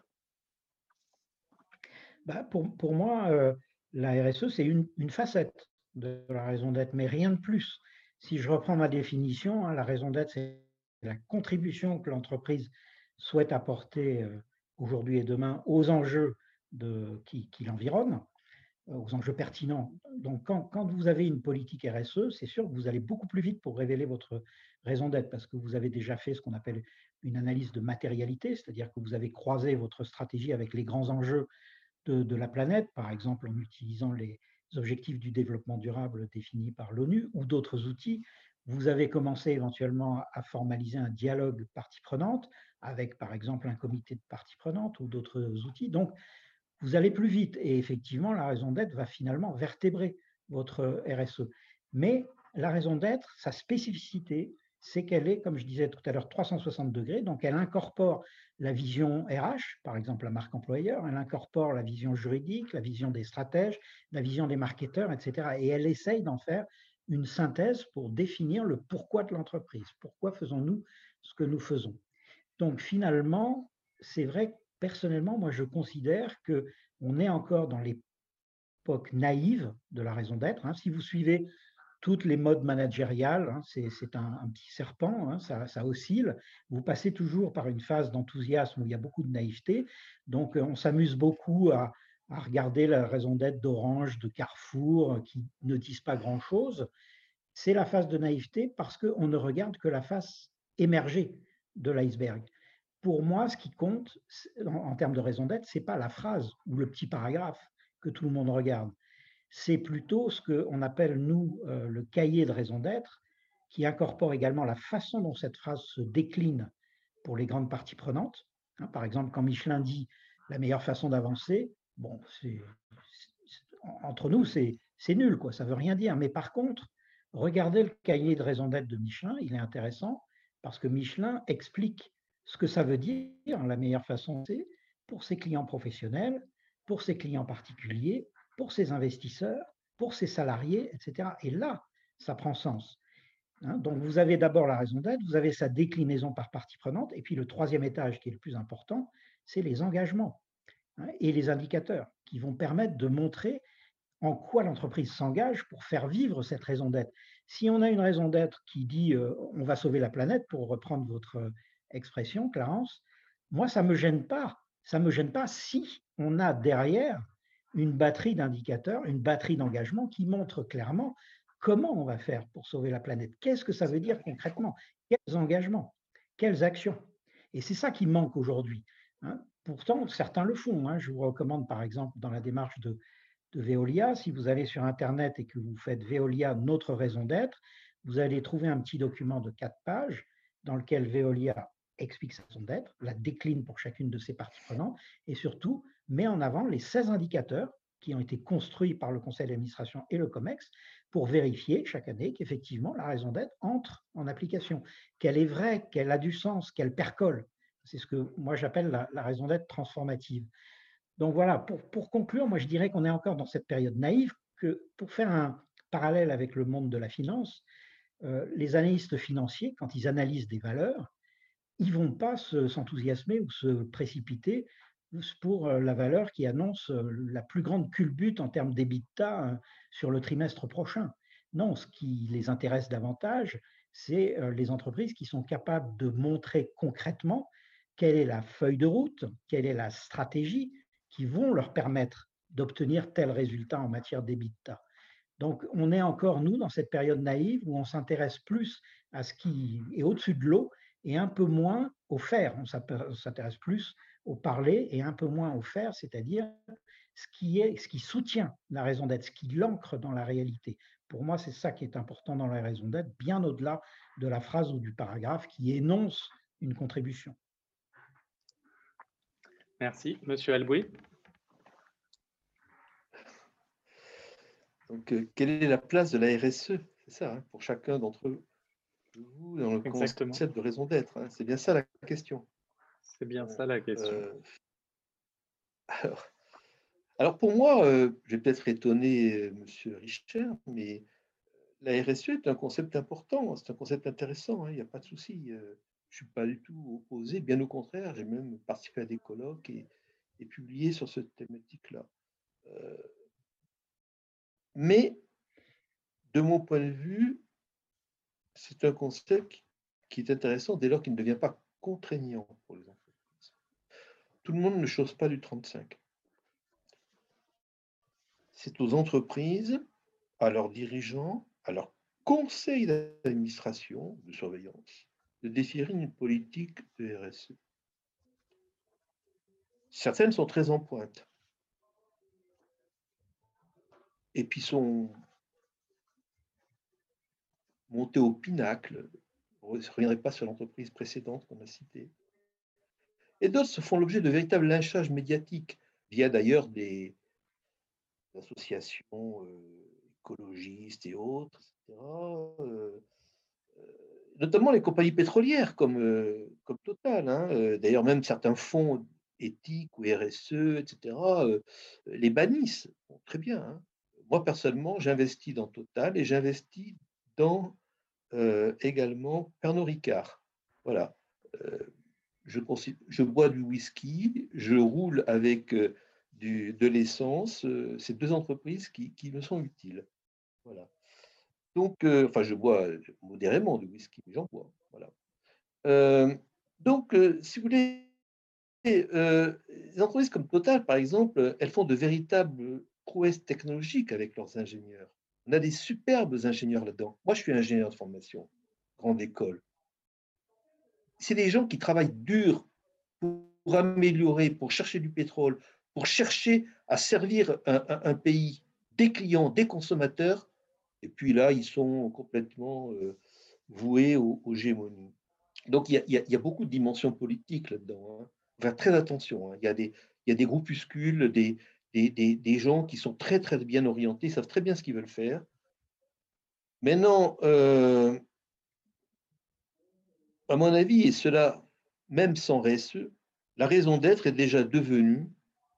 Speaker 4: Bah pour, pour moi, euh, la R S E, c'est une, une facette de la raison d'être, mais rien de plus. Si je reprends ma définition, hein, la raison d'être, c'est la contribution que l'entreprise souhaite apporter euh, aujourd'hui et demain aux enjeux de, qui, qui l'environnent, aux enjeux pertinents. Donc, quand, quand vous avez une politique R S E, c'est sûr que vous allez beaucoup plus vite pour révéler votre raison d'être parce que vous avez déjà fait ce qu'on appelle une analyse de matérialité, c'est-à-dire que vous avez croisé votre stratégie avec les grands enjeux de, de la planète, par exemple en utilisant les objectifs du développement durable définis par l'ONU ou d'autres outils. Vous avez commencé éventuellement à formaliser un dialogue parties prenantes avec, par exemple, un comité de parties prenantes ou d'autres outils. Donc, vous allez plus vite et effectivement, la raison d'être va finalement vertébrer votre R S E. Mais la raison d'être, sa spécificité, c'est qu'elle est, comme je disais tout à l'heure, trois cent soixante degrés, donc elle incorpore la vision R H, par exemple la marque employeur, elle incorpore la vision juridique, la vision des stratèges, la vision des marketeurs, et cetera. Et elle essaye d'en faire une synthèse pour définir le pourquoi de l'entreprise. Pourquoi faisons-nous ce que nous faisons? Donc finalement, c'est vrai que personnellement, moi je considère qu'on est encore dans l'époque naïve de la raison d'être. Hein. Si vous suivez toutes les modes managériales, hein, c'est, c'est un, un petit serpent, hein, ça, ça oscille. Vous passez toujours par une phase d'enthousiasme où il y a beaucoup de naïveté. Donc on s'amuse beaucoup à, à regarder la raison d'être d'Orange, de Carrefour, qui ne disent pas grand-chose. C'est la phase de naïveté parce qu'on ne regarde que la face émergée de l'iceberg. Pour moi, ce qui compte en, en termes de raison d'être, ce n'est pas la phrase ou le petit paragraphe que tout le monde regarde. C'est plutôt ce qu'on appelle, nous, euh, le cahier de raison d'être, qui incorpore également la façon dont cette phrase se décline pour les grandes parties prenantes. Hein, par exemple, quand Michelin dit la meilleure façon d'avancer, bon, c'est, c'est, entre nous, c'est, c'est nul, quoi, ça ne veut rien dire. Mais par contre, regardez le cahier de raison d'être de Michelin, il est intéressant parce que Michelin explique ce que ça veut dire, la meilleure façon, c'est pour ses clients professionnels, pour ses clients particuliers, pour ses investisseurs, pour ses salariés, et cetera. Et là, ça prend sens. Hein, donc, vous avez d'abord la raison d'être, vous avez sa déclinaison par partie prenante, et puis le troisième étage qui est le plus important, c'est les engagements, hein, et les indicateurs qui vont permettre de montrer en quoi l'entreprise s'engage pour faire vivre cette raison d'être. Si on a une raison d'être qui dit euh, on va sauver la planète, pour reprendre votre expression, Clarence, moi, ça ne me gêne pas. Ça ne me gêne pas si on a derrière une batterie d'indicateurs, une batterie d'engagements qui montre clairement comment on va faire pour sauver la planète. Qu'est-ce que ça veut dire concrètement? Quels engagements? Quelles actions? Et c'est ça qui manque aujourd'hui. Hein. Pourtant, certains le font. Hein. Je vous recommande, par exemple, dans la démarche de de Veolia. Si vous allez sur Internet et que vous faites Veolia, notre raison d'être, vous allez trouver un petit document de quatre pages dans lequel Veolia explique sa raison d'être, la décline pour chacune de ses parties prenantes et surtout met en avant les seize indicateurs qui ont été construits par le conseil d'administration et le COMEX pour vérifier chaque année qu'effectivement la raison d'être entre en application, qu'elle est vraie, qu'elle a du sens, qu'elle percole. C'est ce que moi j'appelle la, la raison d'être transformative. Donc voilà, pour, pour conclure, moi je dirais qu'on est encore dans cette période naïve, que pour faire un parallèle avec le monde de la finance, euh, les analystes financiers, quand ils analysent des valeurs, ils ne vont pas se, s'enthousiasmer ou se précipiter pour la valeur qui annonce la plus grande culbute en termes d'EBITDA sur le trimestre prochain. Non, ce qui les intéresse davantage, c'est les entreprises qui sont capables de montrer concrètement quelle est la feuille de route, quelle est la stratégie qui vont leur permettre d'obtenir tel résultat en matière d'EBITDA. Donc, on est encore, nous, dans cette période naïve où on s'intéresse plus à ce qui est au-dessus de l'eau et un peu moins au faire. On s'intéresse plus au parler et un peu moins au faire, c'est-à-dire ce qui est, ce qui soutient la raison d'être, ce qui l'ancre dans la réalité. Pour moi, c'est ça qui est important dans la raison d'être, bien au-delà de la phrase ou du paragraphe qui énonce une contribution.
Speaker 2: Merci. Monsieur Albouy.
Speaker 3: Donc, euh, quelle est la place de la R S E? C'est ça, hein, pour chacun d'entre vous, dans le Exactement. Concept de raison d'être. Hein. C'est bien ça la question.
Speaker 2: C'est bien bon, ça la question. Euh,
Speaker 3: alors, alors, pour moi, euh, je vais peut-être étonner euh, Monsieur Richter, mais la R S E est un concept important, c'est un concept intéressant, hein, il n'y a pas de souci. Euh, je ne suis pas du tout opposé, bien au contraire, j'ai même participé à des colloques et, et publié sur cette thématique-là. Euh, mais, de mon point de vue, c'est un concept qui est intéressant dès lors qu'il ne devient pas contraignant pour les entreprises. Tout le monde ne chose pas du trente-cinq. C'est aux entreprises, à leurs dirigeants, à leur conseil d'administration, de surveillance, de définir une politique de R S E. Certaines sont très en pointe. Et puis sont montées au pinacle. Je ne reviendrai pas sur l'entreprise précédente qu'on a citée. Et d'autres se font l'objet de véritables lynchages médiatiques, via d'ailleurs des associations euh, écologistes et autres, et cetera. Euh, euh, notamment les compagnies pétrolières comme, euh, comme Total. Hein. Euh, d'ailleurs, même certains fonds éthiques ou R S E, et cetera, euh, les bannissent. Bon, très bien. Hein. Moi, personnellement, j'investis dans Total et j'investis dans euh, également Pernod Ricard. Voilà. Euh, je, je bois du whisky, je roule avec euh, du, de l'essence. Euh, c'est deux entreprises qui, qui me sont utiles. Voilà. Donc, euh, enfin, je bois modérément du whisky, mais j'en bois. Voilà. Euh, donc, euh, si vous voulez, euh, les entreprises comme Total, par exemple, elles font de véritables prouesses technologiques avec leurs ingénieurs. On a des superbes ingénieurs là-dedans. Moi, je suis ingénieur de formation, grande école. C'est des gens qui travaillent dur pour améliorer, pour chercher du pétrole, pour chercher à servir un, un, un pays, des clients, des consommateurs. Et puis là, ils sont complètement euh, voués aux, aux gémonies. Donc, il y, a, il, y a, il y a beaucoup de dimensions politiques là-dedans. Hein. Faut faire très attention. Hein. Il y a des, il y a des groupuscules, des, des, des, des gens qui sont très, très bien orientés, savent très bien ce qu'ils veulent faire. Maintenant, euh, à mon avis, et cela même sans R S E, la raison d'être est déjà devenue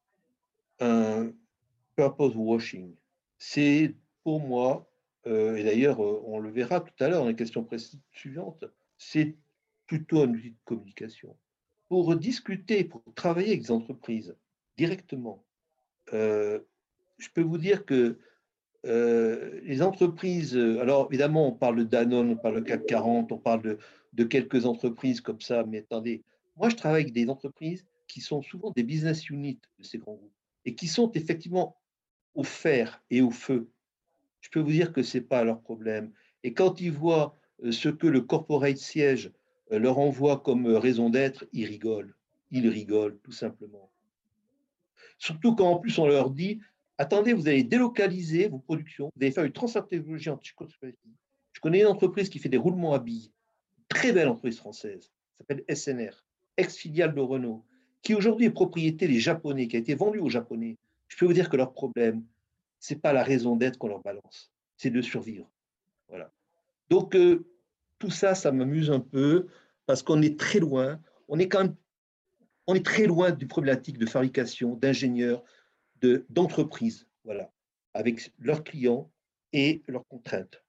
Speaker 3: un purpose washing. C'est pour moi, euh, et d'ailleurs on le verra tout à l'heure dans les questions suivantes, c'est plutôt un outil de communication. Pour discuter, pour travailler avec des entreprises directement, euh, je peux vous dire que euh, les entreprises, alors évidemment on parle de Danone, on parle de C A C quarante, on parle de, de quelques entreprises comme ça, mais attendez, moi je travaille avec des entreprises qui sont souvent des business units de ces grands groupes et qui sont effectivement au fer et au feu. Je peux vous dire que ce n'est pas leur problème. Et quand ils voient ce que le corporate siège leur envoie comme raison d'être, ils rigolent. Ils rigolent, tout simplement. Surtout quand en plus on leur dit, attendez, vous allez délocaliser vos productions, vous allez faire une transfert de technologie en Tchécoslovaquie. Je connais une entreprise qui fait des roulements à billes, une très belle entreprise française, s'appelle S N R, ex-filiale de Renault, qui aujourd'hui est propriété des Japonais, qui a été vendue aux Japonais. Je peux vous dire que leur problème, ce n'est pas la raison d'être qu'on leur balance, c'est de survivre. Voilà. Donc, euh, tout ça, ça m'amuse un peu, parce qu'on est très loin, on est quand même, on est très loin du problématique de fabrication, d'ingénieurs, de, d'entreprises, voilà, avec leurs clients et leurs contraintes.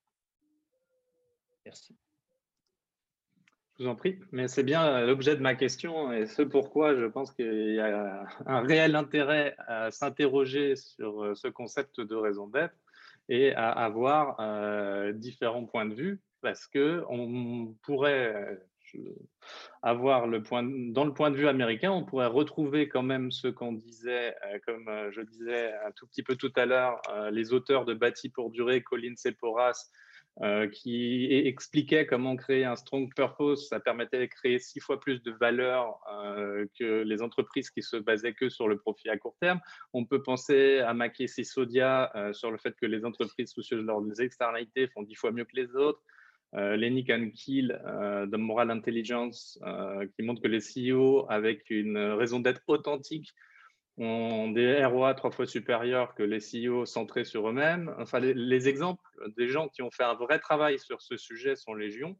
Speaker 3: Merci.
Speaker 2: Je vous en prie, mais c'est bien l'objet de ma question et ce pourquoi je pense qu'il y a un réel intérêt à s'interroger sur ce concept de raison d'être et à avoir euh, différents points de vue parce qu'on pourrait avoir le point, dans le point de vue américain, on pourrait retrouver quand même ce qu'on disait, euh, comme je disais un tout petit peu tout à l'heure, euh, les auteurs de Bâti pour durer, Collins et Porras, Euh, qui expliquait comment créer un strong purpose. Ça permettait de créer six fois plus de valeur euh, que les entreprises qui se basaient que sur le profit à court terme. On peut penser à Mackay Sisodia euh, sur le fait que les entreprises soucieuses de leurs externalités font dix fois mieux que les autres. Euh, Lenny Kiel euh, de Moral Intelligence euh, qui montre que les C E O avec une raison d'être authentique ont des R O A trois fois supérieurs que les C E O centrés sur eux-mêmes. Enfin, les, les exemples des gens qui ont fait un vrai travail sur ce sujet sont légion.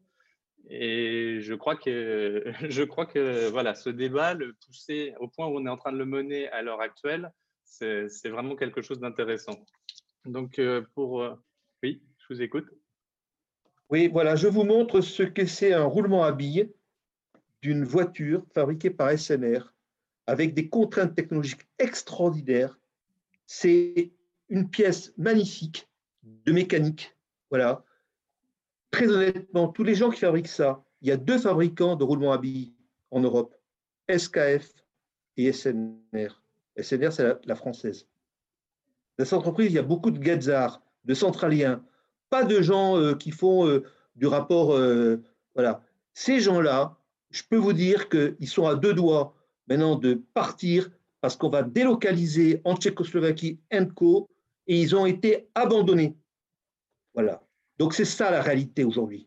Speaker 2: Et je crois que, je crois que voilà, ce débat, le pousser au point où on est en train de le mener à l'heure actuelle, c'est, c'est vraiment quelque chose d'intéressant. Donc, euh, pour… Euh, oui, je vous écoute.
Speaker 3: Oui, voilà, je vous montre ce que c'est un roulement à billes d'une voiture fabriquée par S N R avec des contraintes technologiques extraordinaires. C'est une pièce magnifique de mécanique. Voilà. Très honnêtement, tous les gens qui fabriquent ça, il y a deux fabricants de roulements à billes en Europe, S K F et S N R. S N R, c'est la, la française. Dans cette entreprise, il y a beaucoup de gazards, de centraliens, pas de gens euh, qui font euh, du rapport. Euh, voilà. Ces gens-là, je peux vous dire qu'ils sont à deux doigts maintenant de partir parce qu'on va délocaliser en Tchécoslovaquie Enco et ils ont été abandonnés. Voilà. Donc c'est ça la réalité aujourd'hui.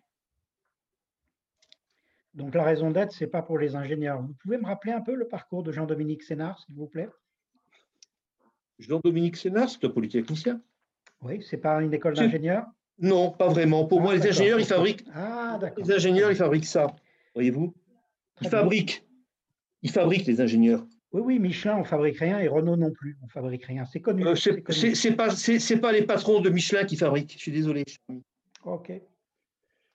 Speaker 4: Donc la raison d'être, ce n'est pas pour les ingénieurs. Vous pouvez me rappeler un peu le parcours de Jean-Dominique Sénard, s'il vous plaît?
Speaker 3: Jean-Dominique Sénard, c'est un polytechnicien.
Speaker 4: Oui, ce n'est pas une école d'ingénieurs?
Speaker 3: Non, pas vraiment. Pour ah, moi, les ingénieurs, ils fabriquent.
Speaker 4: Ah,
Speaker 3: les ingénieurs, ils fabriquent ça. Voyez-vous? Ils fabriquent. Ils fabriquent les ingénieurs.
Speaker 4: Oui, oui, Michelin, on ne fabrique rien et Renault non plus, on ne fabrique rien. C'est connu.
Speaker 3: Euh, c'est, c'est, c'est pas, c'est, c'est pas les patrons de Michelin qui fabriquent. Je suis désolé.
Speaker 4: Ok.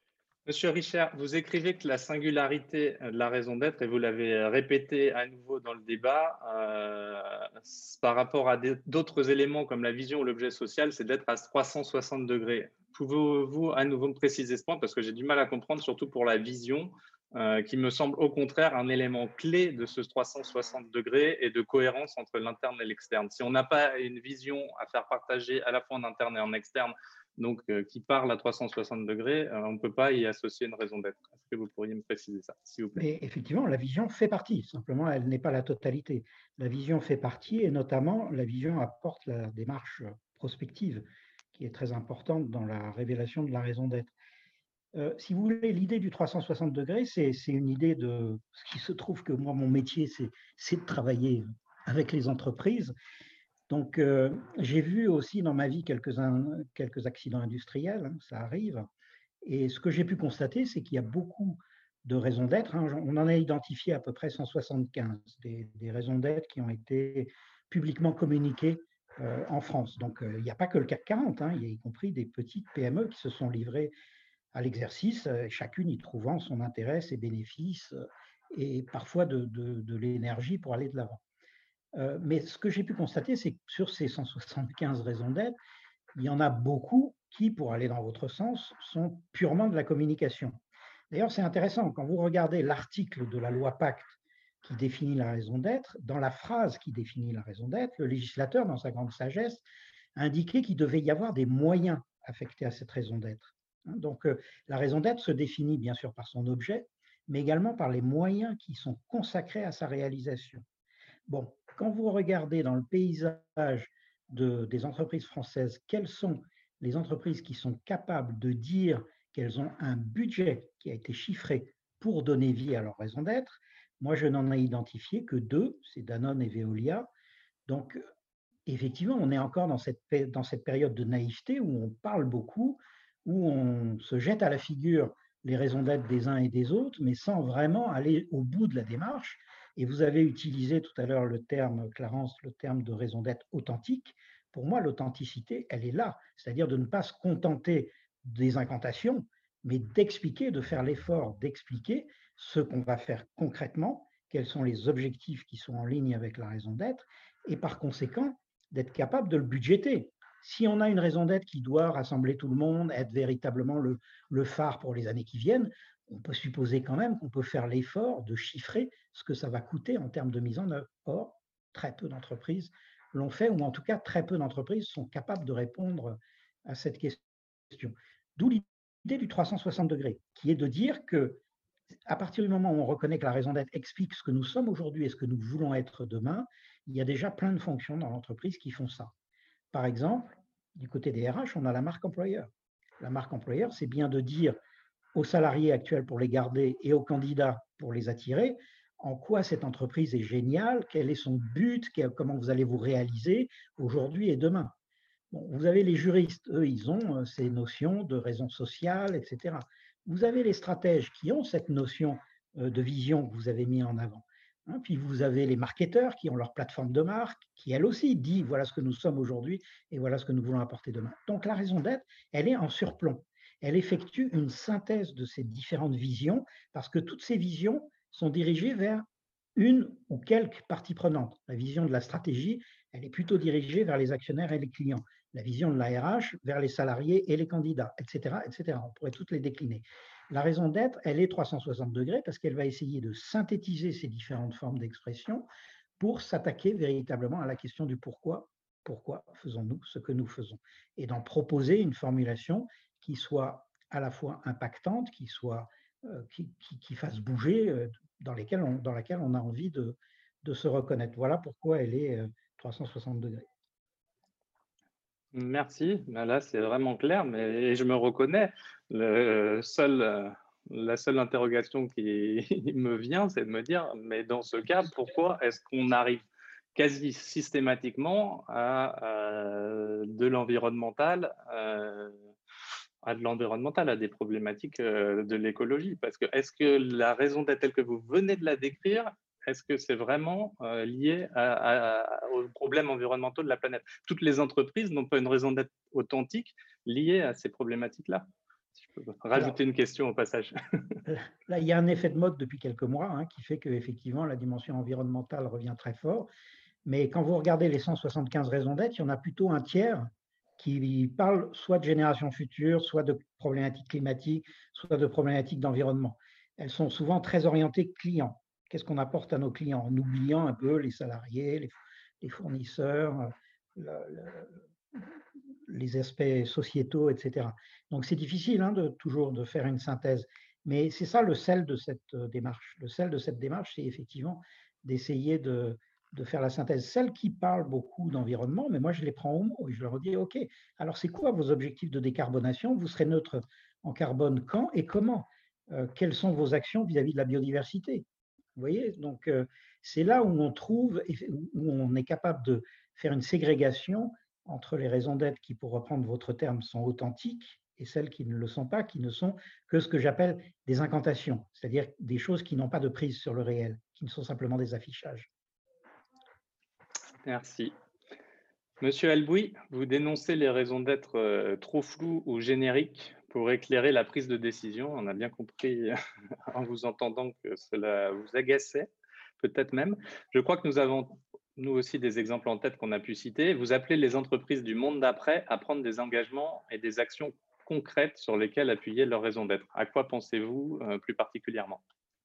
Speaker 2: Monsieur Richard, vous écrivez que la singularité de la raison d'être, et vous l'avez répété à nouveau dans le débat, euh, par rapport à d'autres éléments comme la vision ou l'objet social, c'est d'être à trois cent soixante degrés. Pouvez-vous à nouveau me préciser ce point, parce que j'ai du mal à comprendre, surtout pour la vision, euh, qui me semble au contraire un élément clé de ce trois cent soixante degrés et de cohérence entre l'interne et l'externe. Si on n'a pas une vision à faire partager à la fois en interne et en externe, donc euh, qui parle à trois cent soixante degrés, euh, on ne peut pas y associer une raison d'être. Est-ce que vous pourriez me préciser ça, s'il vous plaît?
Speaker 4: Mais effectivement, la vision fait partie, simplement elle n'est pas la totalité. La vision fait partie et notamment la vision apporte la démarche prospective qui est très importante dans la révélation de la raison d'être. Euh, si vous voulez, l'idée du trois cent soixante degrés, c'est une idée de ce qui se trouve que moi, mon métier, c'est de travailler avec les entreprises. Donc, euh, j'ai vu aussi dans ma vie quelques, quelques accidents industriels, hein, ça arrive. Et ce que j'ai pu constater, c'est qu'il y a beaucoup de raisons d'être. Hein. On en a identifié à peu près cent soixante-quinze, des, des raisons d'être qui ont été publiquement communiquées euh, en France. Donc, euh, il n'y a pas que le CAC quarante, hein, il y a y compris des petites P M E qui se sont livrées à l'exercice, euh, chacune y trouvant son intérêt, ses bénéfices euh, et parfois de, de, de l'énergie pour aller de l'avant. Euh, mais ce que j'ai pu constater, c'est que sur ces cent soixante-quinze raisons d'être, il y en a beaucoup qui, pour aller dans votre sens, sont purement de la communication. D'ailleurs, c'est intéressant, quand vous regardez l'article de la loi Pacte qui définit la raison d'être, dans la phrase qui définit la raison d'être, le législateur, dans sa grande sagesse, a indiqué qu'il devait y avoir des moyens affectés à cette raison d'être. Donc, la raison d'être se définit bien sûr par son objet, mais également par les moyens qui sont consacrés à sa réalisation. Bon, quand vous regardez dans le paysage de, des entreprises françaises, quelles sont les entreprises qui sont capables de dire qu'elles ont un budget qui a été chiffré pour donner vie à leur raison d'être, moi je n'en ai identifié que deux, c'est Danone et Veolia. Donc effectivement, on est encore dans cette, dans cette période de naïveté où on parle beaucoup, où on se jette à la figure les raisons d'être des uns et des autres, mais sans vraiment aller au bout de la démarche. Et vous avez utilisé tout à l'heure le terme, Clarence, le terme de raison d'être authentique. Pour moi, l'authenticité, elle est là, c'est-à-dire de ne pas se contenter des incantations, mais d'expliquer, de faire l'effort d'expliquer ce qu'on va faire concrètement, quels sont les objectifs qui sont en ligne avec la raison d'être, et par conséquent, d'être capable de le budgéter. Si on a une raison d'être qui doit rassembler tout le monde, être véritablement le, le phare pour les années qui viennent, on peut supposer quand même qu'on peut faire l'effort de chiffrer ce que ça va coûter en termes de mise en œuvre. Or, très peu d'entreprises l'ont fait, ou en tout cas, très peu d'entreprises sont capables de répondre à cette question. D'où l'idée du trois cent soixante degrés, qui est de dire que à partir du moment où on reconnaît que la raison d'être explique ce que nous sommes aujourd'hui et ce que nous voulons être demain, il y a déjà plein de fonctions dans l'entreprise qui font ça. Par exemple, du côté des R H, on a la marque employeur. La marque employeur, c'est bien de dire aux salariés actuels pour les garder et aux candidats pour les attirer en quoi cette entreprise est géniale, quel est son but, comment vous allez vous réaliser aujourd'hui et demain. Bon, vous avez les juristes, eux, ils ont ces notions de raison sociale, et cetera. Vous avez les stratèges qui ont cette notion de vision que vous avez mis en avant. Hein, puis vous avez les marketeurs qui ont leur plateforme de marque, qui elle aussi dit voilà ce que nous sommes aujourd'hui et voilà ce que nous voulons apporter demain. Donc la raison d'être, elle est en surplomb. Elle effectue une synthèse de ces différentes visions parce que toutes ces visions sont dirigées vers une ou quelques parties prenantes. La vision de la stratégie, elle est plutôt dirigée vers les actionnaires et les clients. La vision de l'A R H vers les salariés et les candidats, et cetera, et cetera. On pourrait toutes les décliner. La raison d'être, elle est trois cent soixante degrés parce qu'elle va essayer de synthétiser ces différentes formes d'expression pour s'attaquer véritablement à la question du pourquoi. Pourquoi faisons-nous ce que nous faisons? Et d'en proposer une formulation qui soit à la fois impactante, qui, soit, euh, qui, qui, qui fasse bouger, euh, dans, lesquelles on, dans laquelle on a envie de, de se reconnaître. Voilà pourquoi elle est euh, trois cent soixante degrés.
Speaker 2: Merci, là c'est vraiment clair, mais je me reconnais. Le seul, la seule interrogation qui me vient, c'est de me dire, mais dans ce cas, pourquoi est-ce qu'on arrive quasi systématiquement à, à de l'environnemental, euh, à de l'environnemental, à des problématiques de l'écologie? Parce que est-ce que la raison d'être telle que vous venez de la décrire, est-ce que c'est vraiment euh, lié à, à, aux problèmes environnementaux de la planète? Toutes les entreprises n'ont pas une raison d'être authentique liée à ces problématiques-là. Si rajouter Alors, une question au passage.
Speaker 4: Là, il y a un effet de mode depuis quelques mois hein, qui fait qu'effectivement, la dimension environnementale revient très fort. Mais quand vous regardez les cent soixante-quinze raisons d'être, il y en a plutôt un tiers qui parle soit de générations futures, soit de problématiques climatiques, soit de problématiques d'environnement. Elles sont souvent très orientées clients. Qu'est-ce qu'on apporte à nos clients en oubliant un peu les salariés, les, les fournisseurs, le, le, les aspects sociétaux, et cetera. Donc c'est difficile hein, de toujours de faire une synthèse. Mais c'est ça le sel de cette démarche. Le sel de cette démarche, c'est effectivement d'essayer de, de faire la synthèse. Celles qui parlent beaucoup d'environnement, mais moi je les prends au mot et je leur dis, OK, alors c'est quoi vos objectifs de décarbonation? Vous serez neutre en carbone quand et comment? euh, Quelles sont vos actions vis-à-vis de la biodiversité? Vous voyez, donc euh, c'est là où on trouve, où on est capable de faire une ségrégation entre les raisons d'être qui, pour reprendre votre terme, sont authentiques et celles qui ne le sont pas, qui ne sont que ce que j'appelle des incantations, c'est-à-dire des choses qui n'ont pas de prise sur le réel, qui ne sont simplement des affichages.
Speaker 2: Merci. Monsieur Albouy, vous dénoncez les raisons d'être euh, trop floues ou génériques pour éclairer la prise de décision. On a bien compris en vous entendant que cela vous agaçait, peut-être même. Je crois que nous avons, nous aussi, des exemples en tête qu'on a pu citer. Vous appelez les entreprises du monde d'après à prendre des engagements et des actions concrètes sur lesquelles appuyer leur raison d'être. À quoi pensez-vous euh, plus particulièrement ?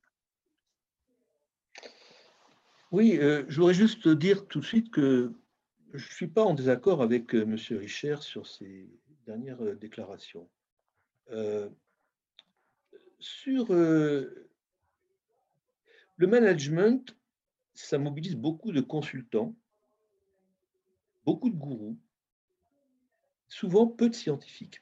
Speaker 3: Oui, euh, je voudrais juste dire tout de suite que je ne suis pas en désaccord avec euh, M. Richer sur ses dernières euh, déclarations. Euh, sur euh, le management, ça mobilise beaucoup de consultants, beaucoup de gourous, souvent peu de scientifiques.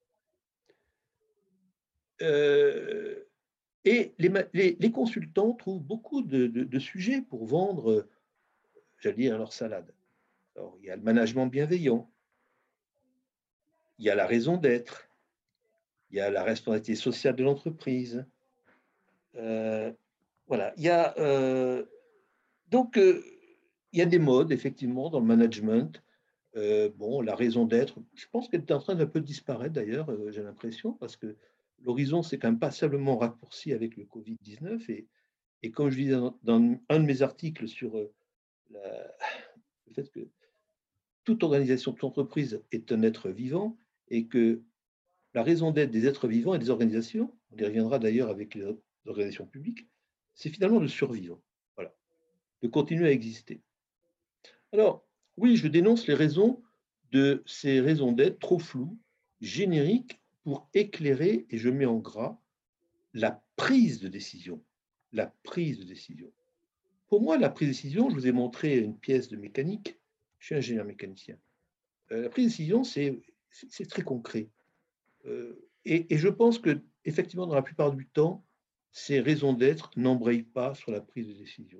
Speaker 3: Euh, et les, les, les consultants trouvent beaucoup de, de, de sujets pour vendre, j'allais dire, leur salade. Alors, il y a le management bienveillant, il y a la raison d'être, il y a la responsabilité sociale de l'entreprise. Euh, voilà, il y a euh, donc euh, il y a des modes effectivement dans le management. Euh, bon, la raison d'être, je pense qu'elle est en train d'un peu disparaître d'ailleurs, euh, j'ai l'impression, parce que l'horizon s'est quand même passablement raccourci avec le Covid dix-neuf et, et comme je disais dans, dans un de mes articles sur euh, la, le fait que toute organisation, toute entreprise est un être vivant et que la raison d'être des êtres vivants et des organisations, on y reviendra d'ailleurs avec les organisations publiques, c'est finalement de survivre, voilà, de continuer à exister. Alors, oui, je dénonce les raisons de ces raisons d'être trop floues, génériques, pour éclairer, et je mets en gras, la prise de décision. La prise de décision. Pour moi, la prise de décision, je vous ai montré une pièce de mécanique, je suis ingénieur mécanicien. Euh, la prise de décision, c'est, c'est très concret. Euh, et, et je pense que, effectivement, dans la plupart du temps, ces raisons d'être n'embrayent pas sur la prise de décision.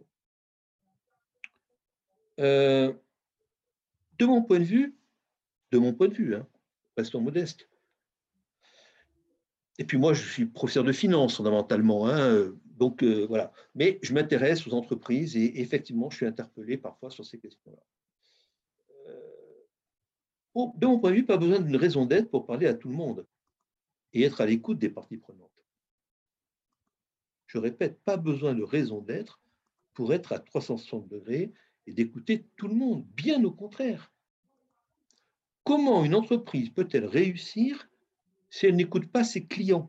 Speaker 3: Euh, de mon point de vue, de mon point de vue, hein, restons modestes. Et puis moi, je suis professeur de finance fondamentalement, hein, donc euh, voilà. Mais je m'intéresse aux entreprises et effectivement, je suis interpellé parfois sur ces questions-là. Euh, de mon point de vue, pas besoin d'une raison d'être pour parler à tout le monde et être à l'écoute des parties prenantes. Je répète, pas besoin de raison d'être pour être à trois cent soixante degrés et d'écouter tout le monde, bien au contraire. Comment une entreprise peut-elle réussir si elle n'écoute pas ses clients?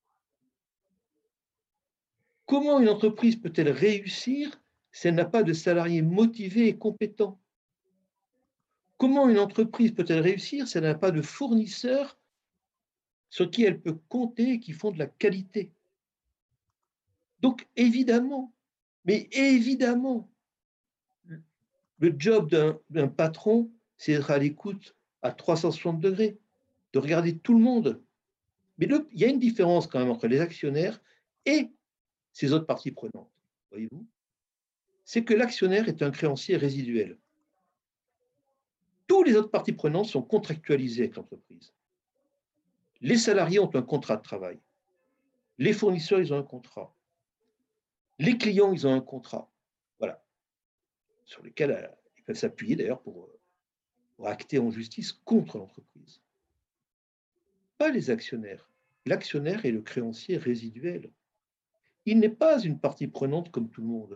Speaker 3: Comment une entreprise peut-elle réussir si elle n'a pas de salariés motivés et compétents? Comment une entreprise peut-elle réussir si elle n'a pas de fournisseurs sur qui elle peut compter et qui font de la qualité? Donc, évidemment, mais évidemment, le job d'un, d'un patron, c'est d'être à l'écoute à trois cent soixante degrés, de regarder tout le monde. Mais le, il y a une différence quand même entre les actionnaires et ces autres parties prenantes, voyez-vous? C'est que l'actionnaire est un créancier résiduel. Tous les autres parties prenantes sont contractualisées avec l'entreprise. Les salariés ont un contrat de travail. Les fournisseurs, ils ont un contrat. Les clients, ils ont un contrat. Voilà. Sur lequel ils peuvent s'appuyer d'ailleurs pour, pour acter en justice contre l'entreprise. Pas les actionnaires. l'actionnaire est le créancier résiduel. Il n'est pas une partie prenante comme tout le monde.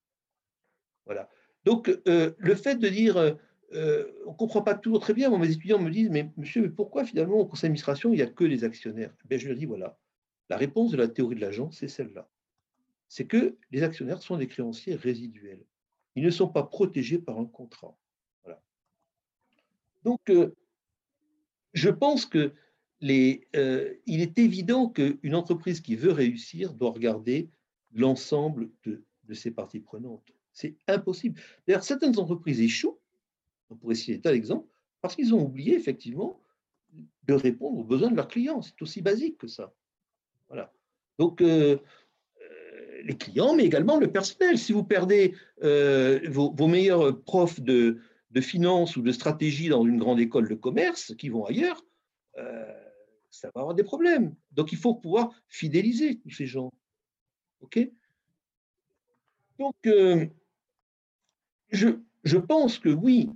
Speaker 3: Voilà. Donc, euh, le fait de dire, euh, on ne comprend pas toujours très bien, moi, mes étudiants me disent, mais monsieur, mais pourquoi finalement au conseil d'administration, il n'y a que les actionnaires? Ben, je leur dis, voilà, la réponse de la théorie de l'agent, c'est celle-là. C'est que les actionnaires sont des créanciers résiduels. Ils ne sont pas protégés par un contrat. Voilà. Donc, euh, je pense que les, euh, il est évident qu'une entreprise qui veut réussir doit regarder l'ensemble de, de ses parties prenantes. C'est impossible. D'ailleurs, certaines entreprises échouent, on pourrait citer tel exemple, parce qu'ils ont oublié effectivement de répondre aux besoins de leurs clients. C'est aussi basique que ça. Voilà. Donc, euh, euh, les clients, mais également le personnel. Si vous perdez euh, vos, vos meilleurs profs de, de finance ou de stratégie dans une grande école de commerce qui vont ailleurs, euh, ça va avoir des problèmes. Donc, il faut pouvoir fidéliser tous ces gens. OK? Donc, euh, je, je pense que oui,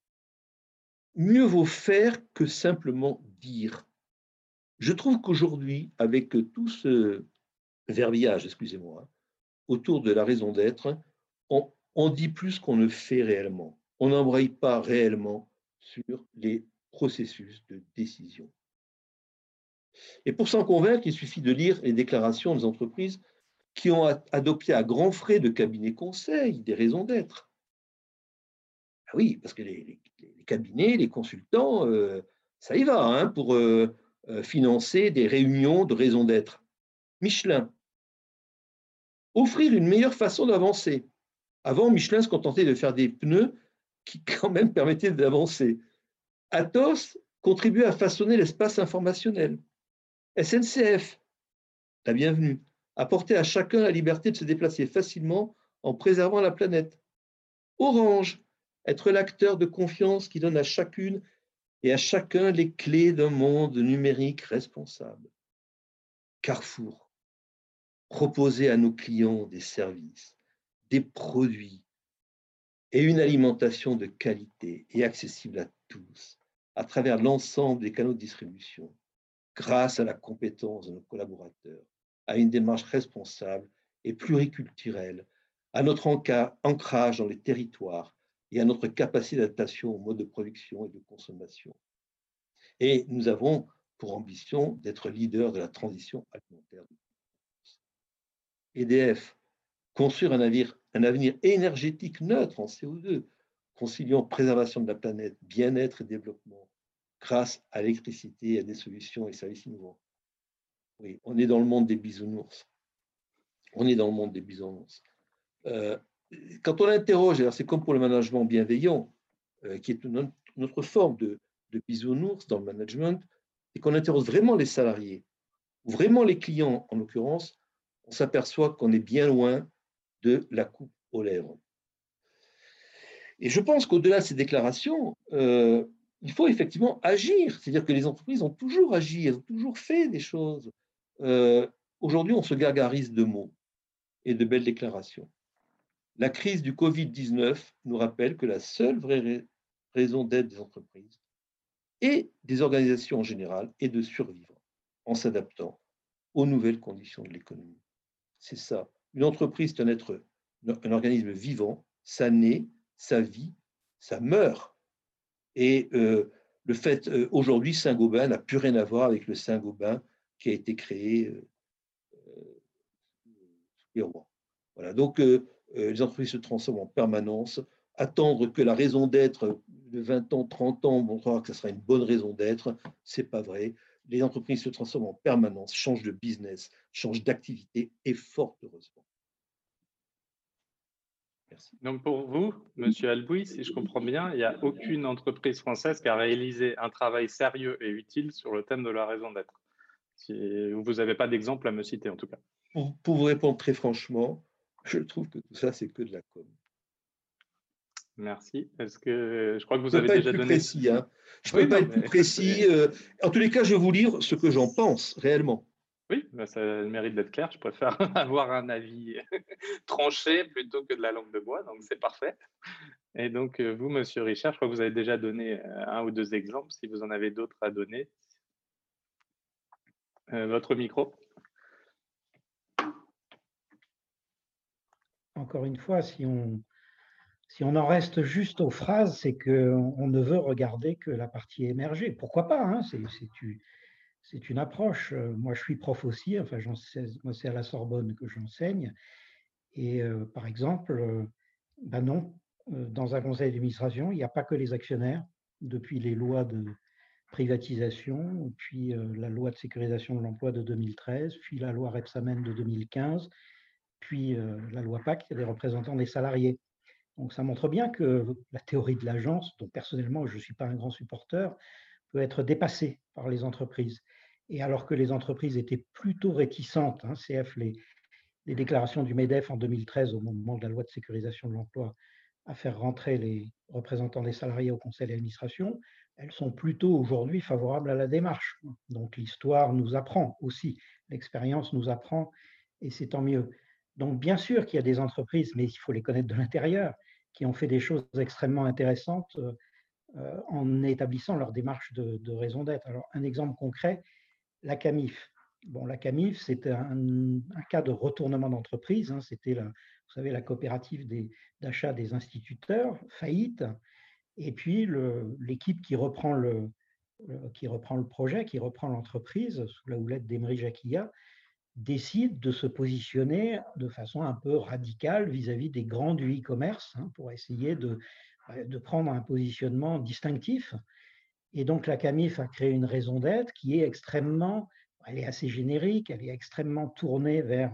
Speaker 3: mieux vaut faire que simplement dire. Je trouve qu'aujourd'hui, avec tout ce verbiage, excusez-moi, autour de la raison d'être, on, on dit plus qu'on ne fait réellement. On n'embraye pas réellement sur les processus de décision. Et pour s'en convaincre, il suffit de lire les déclarations des entreprises qui ont adopté à grands frais de cabinets conseils des raisons d'être. Ah oui, parce que les, les, les cabinets, les consultants, euh, ça y va hein, pour euh, euh, financer des réunions de raisons d'être. Michelin, offrir une meilleure façon d'avancer. Avant, Michelin se contentait de faire des pneus qui quand même permettaient d'avancer. Atos contribuait à façonner l'espace informationnel. S N C F, la bienvenue, apportait à chacun la liberté de se déplacer facilement en préservant la planète. Orange, être l'acteur de confiance qui donne à chacune et à chacun les clés d'un monde numérique responsable. Carrefour, proposer à nos clients des services, des produits et une alimentation de qualité et accessible à tous à travers l'ensemble des canaux de distribution, grâce à la compétence de nos collaborateurs, à une démarche responsable et pluriculturelle, à notre ancrage dans les territoires et à notre capacité d'adaptation au mode de production et de consommation. Et nous avons pour ambition d'être leader de la transition alimentaire. E D F, construire un, navire, un avenir énergétique neutre en C O deux, conciliant préservation de la planète, bien-être et développement, grâce à l'électricité et à des solutions et services innovants. Oui, on est dans le monde des bisounours. On est dans le monde des bisounours. Euh, quand on interroge, alors c'est comme pour le management bienveillant, euh, qui est une, une autre forme de, de bisounours dans le management, et qu'on interroge vraiment les salariés, ou vraiment les clients en l'occurrence, on s'aperçoit qu'on est bien loin de la coupe aux lèvres. Et je pense qu'au-delà de ces déclarations, euh, il faut effectivement agir. C'est-à-dire que les entreprises ont toujours agi, elles ont toujours fait des choses. Euh, aujourd'hui, on se gargarise de mots et de belles déclarations. La crise du covid dix-neuf nous rappelle que la seule vraie raison d'être des entreprises et des organisations en général est de survivre en s'adaptant aux nouvelles conditions de l'économie. C'est ça. Une entreprise, c'est un être, un organisme vivant, ça naît, ça vit, ça meurt. Et euh, le fait, euh, aujourd'hui, Saint-Gobain n'a plus rien à voir avec le Saint-Gobain qui a été créé euh, sous les rois. Voilà. Donc, euh, euh, les entreprises se transforment en permanence. Attendre que la raison d'être de vingt ans, trente ans montrera que ce sera une bonne raison d'être, ce n'est pas vrai. Les entreprises se transforment en permanence, changent de business, changent d'activité, et fort heureusement.
Speaker 2: Merci. Donc pour vous, Monsieur Albouy, si je comprends bien, il n'y a aucune entreprise française qui a réalisé un travail sérieux et utile sur le thème de la raison d'être. Si vous n'avez pas d'exemple à me citer en tout cas.
Speaker 3: Pour, pour vous répondre très franchement, je trouve que tout ça, c'est que de la com.
Speaker 2: Merci. Est-ce que je crois que vous
Speaker 3: je
Speaker 2: avez
Speaker 3: peux pas
Speaker 2: déjà
Speaker 3: être plus
Speaker 2: donné.
Speaker 3: Précis, hein. Je ne
Speaker 2: oui,
Speaker 3: peux pas
Speaker 2: non,
Speaker 3: être plus
Speaker 2: mais...
Speaker 3: précis. Euh... En tous les cas, je vais vous lire ce que j'en pense réellement.
Speaker 2: Oui, bah ça a le mérite d'être clair. Je préfère avoir un avis tranché plutôt que de la langue de bois, donc c'est parfait. Et donc, vous, Monsieur Richard, je crois que vous avez déjà donné un ou deux exemples. Si vous en avez d'autres à donner. Euh, votre micro.
Speaker 4: Encore une fois, si on, si on en reste juste aux phrases, c'est qu'on on ne veut regarder que la partie émergée. Pourquoi pas, hein, c'est, c'est, une, c'est une approche. Euh, Moi, je suis prof aussi, enfin, moi, c'est à la Sorbonne que j'enseigne. Et euh, par exemple, euh, ben non, euh, dans un conseil d'administration, il n'y a pas que les actionnaires. Depuis les lois de privatisation, puis euh, la loi de sécurisation de l'emploi de deux mille treize, puis la loi Rebsamen de deux mille quinze, puis euh, la loi P A C, il y a des représentants des salariés. Donc ça montre bien que la théorie de l'agence, dont personnellement je ne suis pas un grand supporter, peut être dépassée par les entreprises. Et alors que les entreprises étaient plutôt réticentes, hein, C F, les, les déclarations du MEDEF en deux mille treize, au moment de la loi de sécurisation de l'emploi, à faire rentrer les représentants des salariés au conseil d'administration, elles sont plutôt aujourd'hui favorables à la démarche. Donc l'histoire nous apprend aussi, l'expérience nous apprend, et c'est tant mieux. Donc bien sûr qu'il y a des entreprises, mais il faut les connaître de l'intérieur, qui ont fait des choses extrêmement intéressantes euh, en établissant leur démarche de, de raison d'être. Alors un exemple concret, la CAMIF. Bon, la CAMIF, c'est un, un cas de retournement d'entreprise. Hein, c'était, la, vous savez, la coopérative des, d'achat des instituteurs, faillite. Et puis, le, l'équipe qui reprend le, le, qui reprend le projet, qui reprend l'entreprise, sous la houlette d'Emery Jacquilla, décide de se positionner de façon un peu radicale vis-à-vis des grands du e-commerce, hein, pour essayer de, de prendre un positionnement distinctif. Et donc, la CAMIF a créé une raison d'être qui est extrêmement, elle est assez générique, elle est extrêmement tournée vers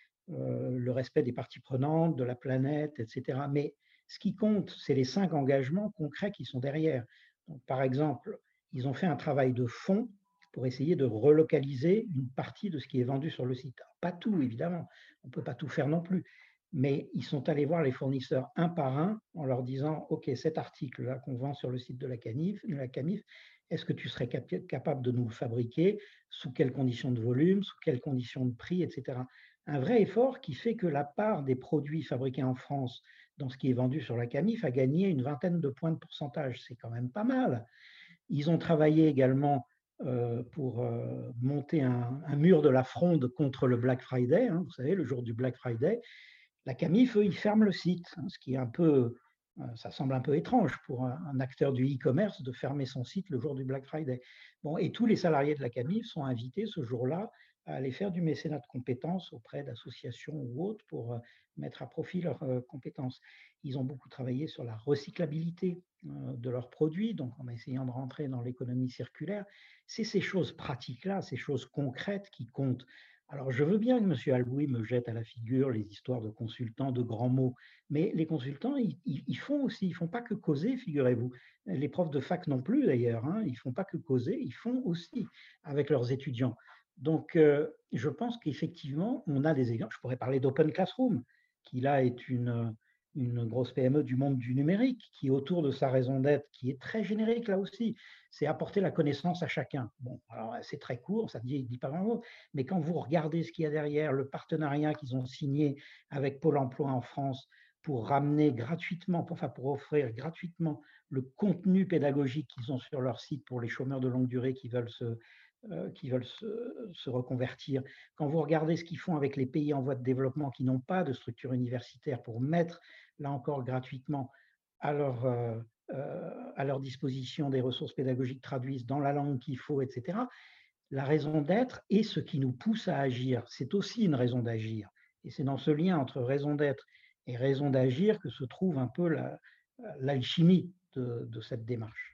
Speaker 4: euh, le respect des parties prenantes, de la planète, et cetera. Mais ce qui compte, c'est les cinq engagements concrets qui sont derrière. Donc, par exemple, ils ont fait un travail de fond pour essayer de relocaliser une partie de ce qui est vendu sur le site. Alors, pas tout, évidemment, on ne peut pas tout faire non plus, mais ils sont allés voir les fournisseurs un par un en leur disant, OK, cet article-là qu'on vend sur le site de la CAMIF, la CAMIF, est-ce que tu serais cap capable de nous le fabriquer? Sous quelles conditions de volume? Sous quelles conditions de prix, et cetera. Un vrai effort qui fait que la part des produits fabriqués en France dans ce qui est vendu sur la CAMIF a gagné une vingtaine de points de pourcentage. C'est quand même pas mal. Ils ont travaillé également euh, pour euh, monter un, un mur de la fronde contre le Black Friday. Hein, vous savez, le jour du Black Friday, la CAMIF, eux, ils ferment le site, hein, ce qui est un peu, ça semble un peu étrange pour un, un acteur du e-commerce de fermer son site le jour du Black Friday. Bon, et tous les salariés de la CAMIF sont invités ce jour-là à aller faire du mécénat de compétences auprès d'associations ou autres pour euh, mettre à profit leurs euh, compétences. Ils ont beaucoup travaillé sur la recyclabilité euh, de leurs produits, donc en essayant de rentrer dans l'économie circulaire. C'est ces choses pratiques-là, ces choses concrètes qui comptent. Alors, je veux bien que M. Alboui me jette à la figure les histoires de consultants, de grands mots, mais les consultants, ils, ils font aussi, ils ne font pas que causer, figurez-vous. Les profs de fac non plus, d'ailleurs, hein, ils ne font pas que causer, ils font aussi avec leurs étudiants. Donc, euh, je pense qu'effectivement, on a des exemples. Je pourrais parler d'Open Classroom, qui là est une, une grosse P M E du monde du numérique, qui autour de sa raison d'être, qui est très générique là aussi, c'est apporter la connaissance à chacun. Bon, alors c'est très court, ça ne dit, dit pas grand-chose, mais quand vous regardez ce qu'il y a derrière, le partenariat qu'ils ont signé avec Pôle emploi en France pour ramener gratuitement, enfin pour offrir gratuitement le contenu pédagogique qu'ils ont sur leur site pour les chômeurs de longue durée qui veulent se, euh, qui veulent se, se reconvertir. Quand vous regardez ce qu'ils font avec les pays en voie de développement qui n'ont pas de structure universitaire pour mettre, là encore gratuitement, à leur, euh, euh, à leur disposition des ressources pédagogiques traduites dans la langue qu'il faut, et cetera, la raison d'être et ce qui nous pousse à agir, c'est aussi une raison d'agir. Et c'est dans ce lien entre raison d'être et raison d'agir que se trouve un peu la, l'alchimie de, de cette démarche.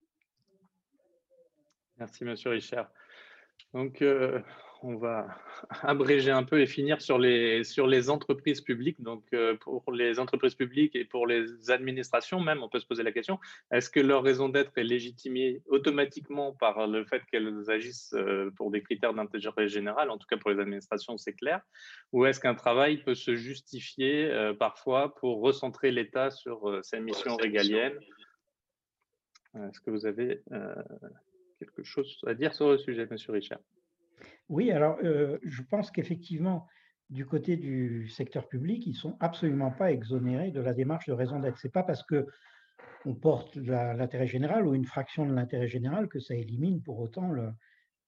Speaker 2: Merci, Monsieur Richard. Donc, euh, on va abréger un peu et finir sur les, sur les entreprises publiques. Donc, euh, pour les entreprises publiques et pour les administrations même, on peut se poser la question, est-ce que leur raison d'être est légitimée automatiquement par le fait qu'elles agissent pour des critères d'intérêt général? En tout cas, pour les administrations, c'est clair. Ou est-ce qu'un travail peut se justifier euh, parfois pour recentrer l'État sur euh, ses missions régaliennes? Est-ce que vous avez... Euh, quelque chose à dire sur le sujet, Monsieur Richard?
Speaker 4: Oui, alors euh, je pense qu'effectivement, du côté du secteur public, ils ne sont absolument pas exonérés de la démarche de raison d'être. Ce n'est pas parce qu'on porte l'intérêt général ou une fraction de l'intérêt général que ça élimine pour autant le,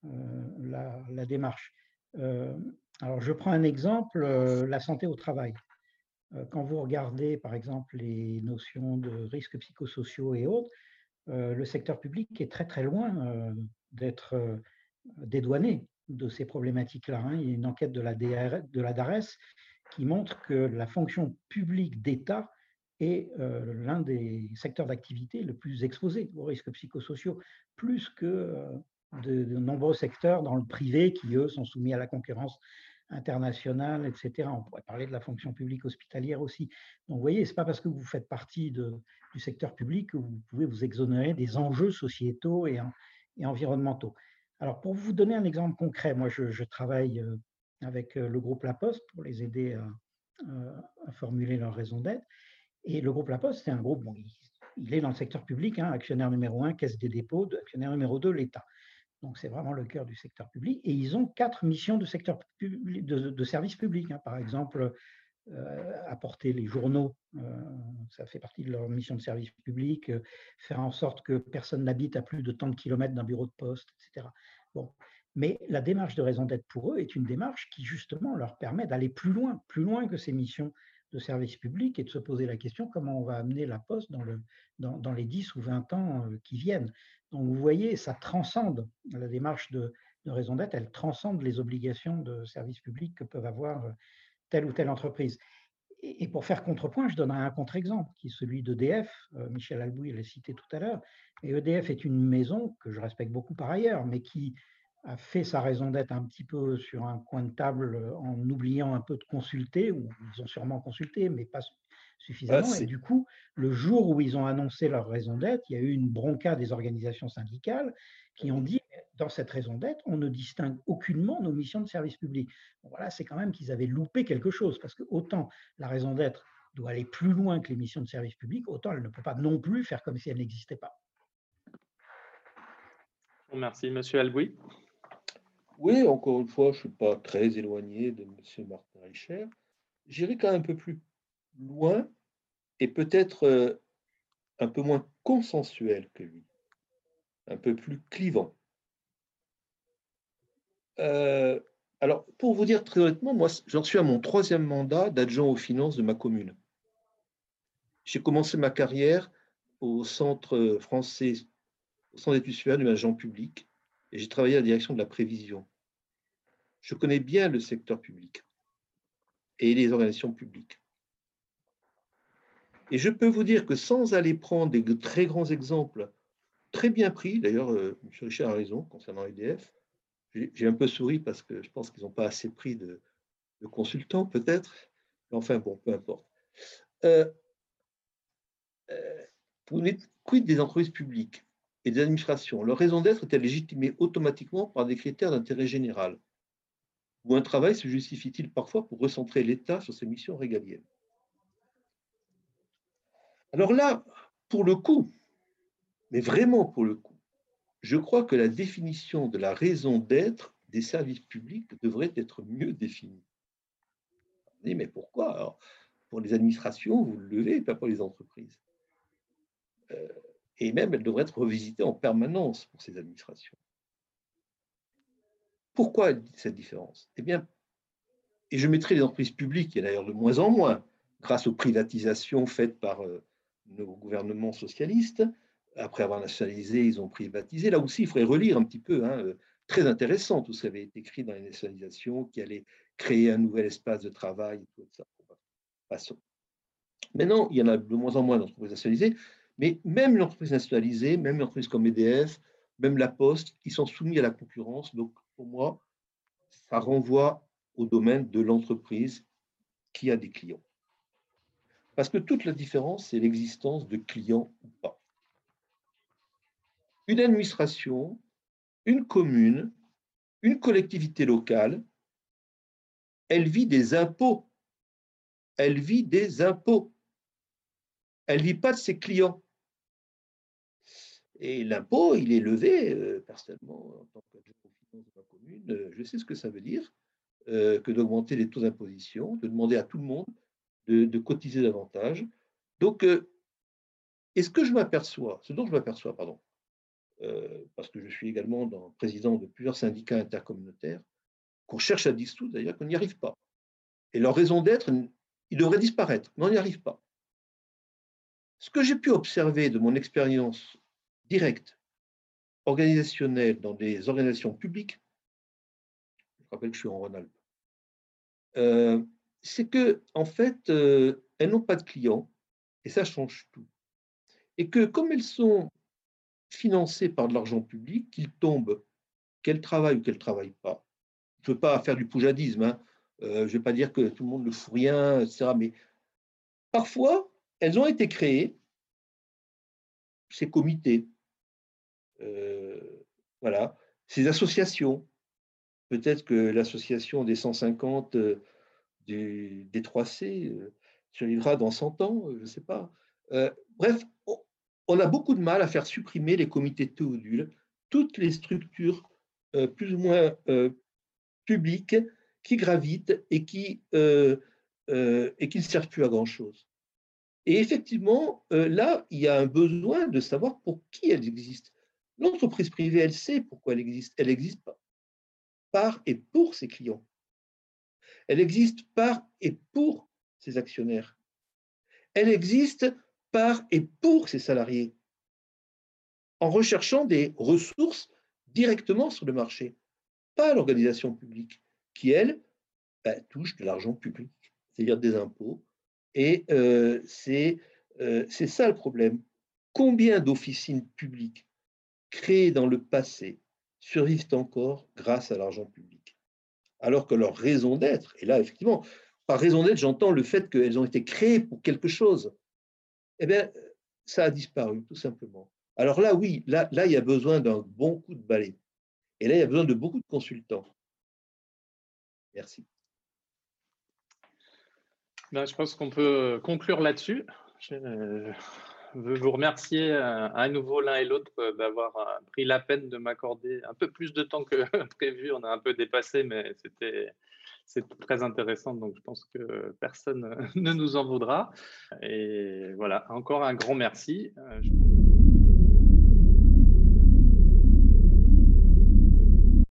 Speaker 4: la, la démarche. Euh, alors, je prends un exemple, euh, la santé au travail. Euh, quand vous regardez, par exemple, les notions de risques psychosociaux et autres, euh, le secteur public est très, très loin euh, d'être euh, dédouané de ces problématiques-là. Hein. Il y a une enquête de la, D R, de la DARES qui montre que la fonction publique d'État est euh, l'un des secteurs d'activité le plus exposé aux risques psychosociaux, plus que euh, de, de nombreux secteurs dans le privé qui, eux, sont soumis à la concurrence internationale, et cetera. On pourrait parler de la fonction publique hospitalière aussi. Donc, vous voyez, ce n'est pas parce que vous faites partie de, du secteur public que vous pouvez vous exonérer des enjeux sociétaux et, et environnementaux. Alors, pour vous donner un exemple concret, moi, je, je travaille avec le groupe La Poste pour les aider à, à formuler leur raison d'être. Et le groupe La Poste, c'est un groupe, bon, il, il est dans le secteur public, hein, actionnaire numéro un, Caisse des dépôts, actionnaire numéro deux, l'État. Donc, c'est vraiment le cœur du secteur public. Et ils ont quatre missions de, secteur public, de, de service public. Hein. Par exemple, euh, apporter les journaux, euh, ça fait partie de leur mission de service public, euh, faire en sorte que personne n'habite à plus de tant de kilomètres d'un bureau de poste, et cetera. Bon. Mais la démarche de raison d'être pour eux est une démarche qui, justement, leur permet d'aller plus loin, plus loin que ces missions de service public et de se poser la question comment on va amener la Poste dans, le, dans, dans les dix ou vingt ans qui viennent. Donc, vous voyez, ça transcende la démarche de, de raison d'être, elle transcende les obligations de service public que peuvent avoir telle ou telle entreprise. Et pour faire contrepoint, je donnerai un contre-exemple, qui est celui d'E D F. Euh, Michel Albouy l'a cité tout à l'heure. Et E D F est une maison que je respecte beaucoup par ailleurs, mais qui a fait sa raison d'être un petit peu sur un coin de table en oubliant un peu de consulter, ou ils ont sûrement consulté, mais pas suffisamment. Ah, et du coup, le jour où ils ont annoncé leur raison d'être, il y a eu une bronca des organisations syndicales qui ont dit, dans cette raison d'être, on ne distingue aucunement nos missions de service public. Bon, voilà, c'est quand même qu'ils avaient loupé quelque chose, parce que autant la raison d'être doit aller plus loin que les missions de service public, autant elle ne peut pas non plus faire comme si elle n'existait pas.
Speaker 2: Merci, Monsieur Albouy.
Speaker 3: Oui, encore une fois, je ne suis pas très éloigné de M. Martin Richer. J'irai quand même un peu plus loin et peut-être euh, un peu moins consensuel que lui, un peu plus clivant. Euh, alors, pour vous dire très honnêtement, moi, j'en suis à mon troisième mandat d'adjoint aux finances de ma commune. J'ai commencé ma carrière au Centre français, au Centre d'études supérieures du management public, et j'ai travaillé à la direction de la prévision. Je connais bien le secteur public et les organisations publiques. Et je peux vous dire que sans aller prendre des très grands exemples, très bien pris, d'ailleurs, euh, M. Richard a raison concernant E D F, j'ai un peu souri parce que je pense qu'ils n'ont pas assez pris de, de consultants, peut-être. Mais enfin, bon, peu importe. Euh, euh, pour une quid des entreprises publiques et des administrations, leur raison d'être est-elle légitimée automatiquement par des critères d'intérêt général? Ou un travail se justifie-t-il parfois pour recentrer l'État sur ses missions régaliennes? Alors là, pour le coup, mais vraiment pour le coup, je crois que la définition de la raison d'être des services publics devrait être mieux définie. On dit, mais pourquoi? Alors, pour les administrations, vous le levez, pas pour les entreprises. Euh, et même, elle devrait être revisitée en permanence pour ces administrations. Pourquoi cette différence? Eh bien, et je mettrai les entreprises publiques, et d'ailleurs de moins en moins, grâce aux privatisations faites par euh, nos gouvernements socialistes. Après avoir nationalisé, ils ont privatisé. Là aussi, il faudrait relire un petit peu. Hein, euh, très intéressant tout ce qui avait été écrit dans les nationalisations, qui allait créer un nouvel espace de travail et tout ça. Passons. Maintenant, il y en a de moins en moins d'entreprises nationalisées, mais même l'entreprise nationalisée, même l'entreprise comme E D F, même la Poste, ils sont soumis à la concurrence. Donc, pour moi, ça renvoie au domaine de l'entreprise qui a des clients. Parce que toute la différence, c'est l'existence de clients ou pas. Une administration, une commune, une collectivité locale, elle vit des impôts. Elle vit des impôts. Elle ne vit pas de ses clients. Et l'impôt, il est levé, euh, personnellement, en tant qu'adjoint aux finances de ma commune, euh, je sais ce que ça veut dire, euh, que d'augmenter les taux d'imposition, de demander à tout le monde de, de cotiser davantage. Donc, euh, et ce que je m'aperçois, ce dont je m'aperçois, pardon, euh, parce que je suis également dans, président de plusieurs syndicats intercommunautaires, qu'on cherche à dissoudre d'ailleurs, qu'on n'y arrive pas. Et leur raison d'être, ils devraient disparaître, mais on n'y arrive pas. Ce que j'ai pu observer de mon expérience directe, organisationnelle, dans des organisations publiques, je rappelle que je suis en Rhône-Alpes, euh, c'est que, en fait, euh, elles n'ont pas de clients, et ça change tout. Et que comme elles sont financées par de l'argent public, qu'ils tombent, qu'elles travaillent ou qu'elles ne travaillent pas. Je ne veux pas faire du poujadisme, hein. euh, je ne vais pas dire que tout le monde ne fout rien, et cetera. Mais parfois, elles ont été créées, ces comités, euh, voilà, ces associations. Peut-être que l'association des cent cinquante euh, du, des trois C euh, survivra dans cent ans, je ne sais pas. Euh, bref, on, on a beaucoup de mal à faire supprimer les comités de Théodule, toutes les structures euh, plus ou moins euh, publiques qui gravitent et qui, euh, euh, et qui ne servent plus à grand-chose. Et effectivement, euh, là, il y a un besoin de savoir pour qui elles existent. L'entreprise privée, elle sait pourquoi elle existe. Elle existe par et pour ses clients. Elle existe par et pour ses actionnaires. Elle existe par et pour ses salariés, en recherchant des ressources directement sur le marché, pas l'organisation publique, qui, elle, bah, touche de l'argent public, c'est-à-dire des impôts. Et euh, c'est euh, c'est ça le problème. Combien d'officines publiques créées dans le passé survivent encore grâce à l'argent public, alors que leur raison d'être, et là, effectivement, par raison d'être, j'entends le fait qu'elles ont été créées pour quelque chose, eh bien, ça a disparu, tout simplement. Alors là, oui, là, là, il y a besoin d'un bon coup de balai. Et là, il y a besoin de beaucoup de consultants. Merci.
Speaker 2: Ben, je pense qu'on peut conclure là-dessus. Je veux vous remercier à nouveau l'un et l'autre d'avoir pris la peine de m'accorder un peu plus de temps que prévu. On a un peu dépassé, mais c'était c'était très intéressant. Donc, je pense que personne ne nous en voudra. Et voilà, encore un grand merci.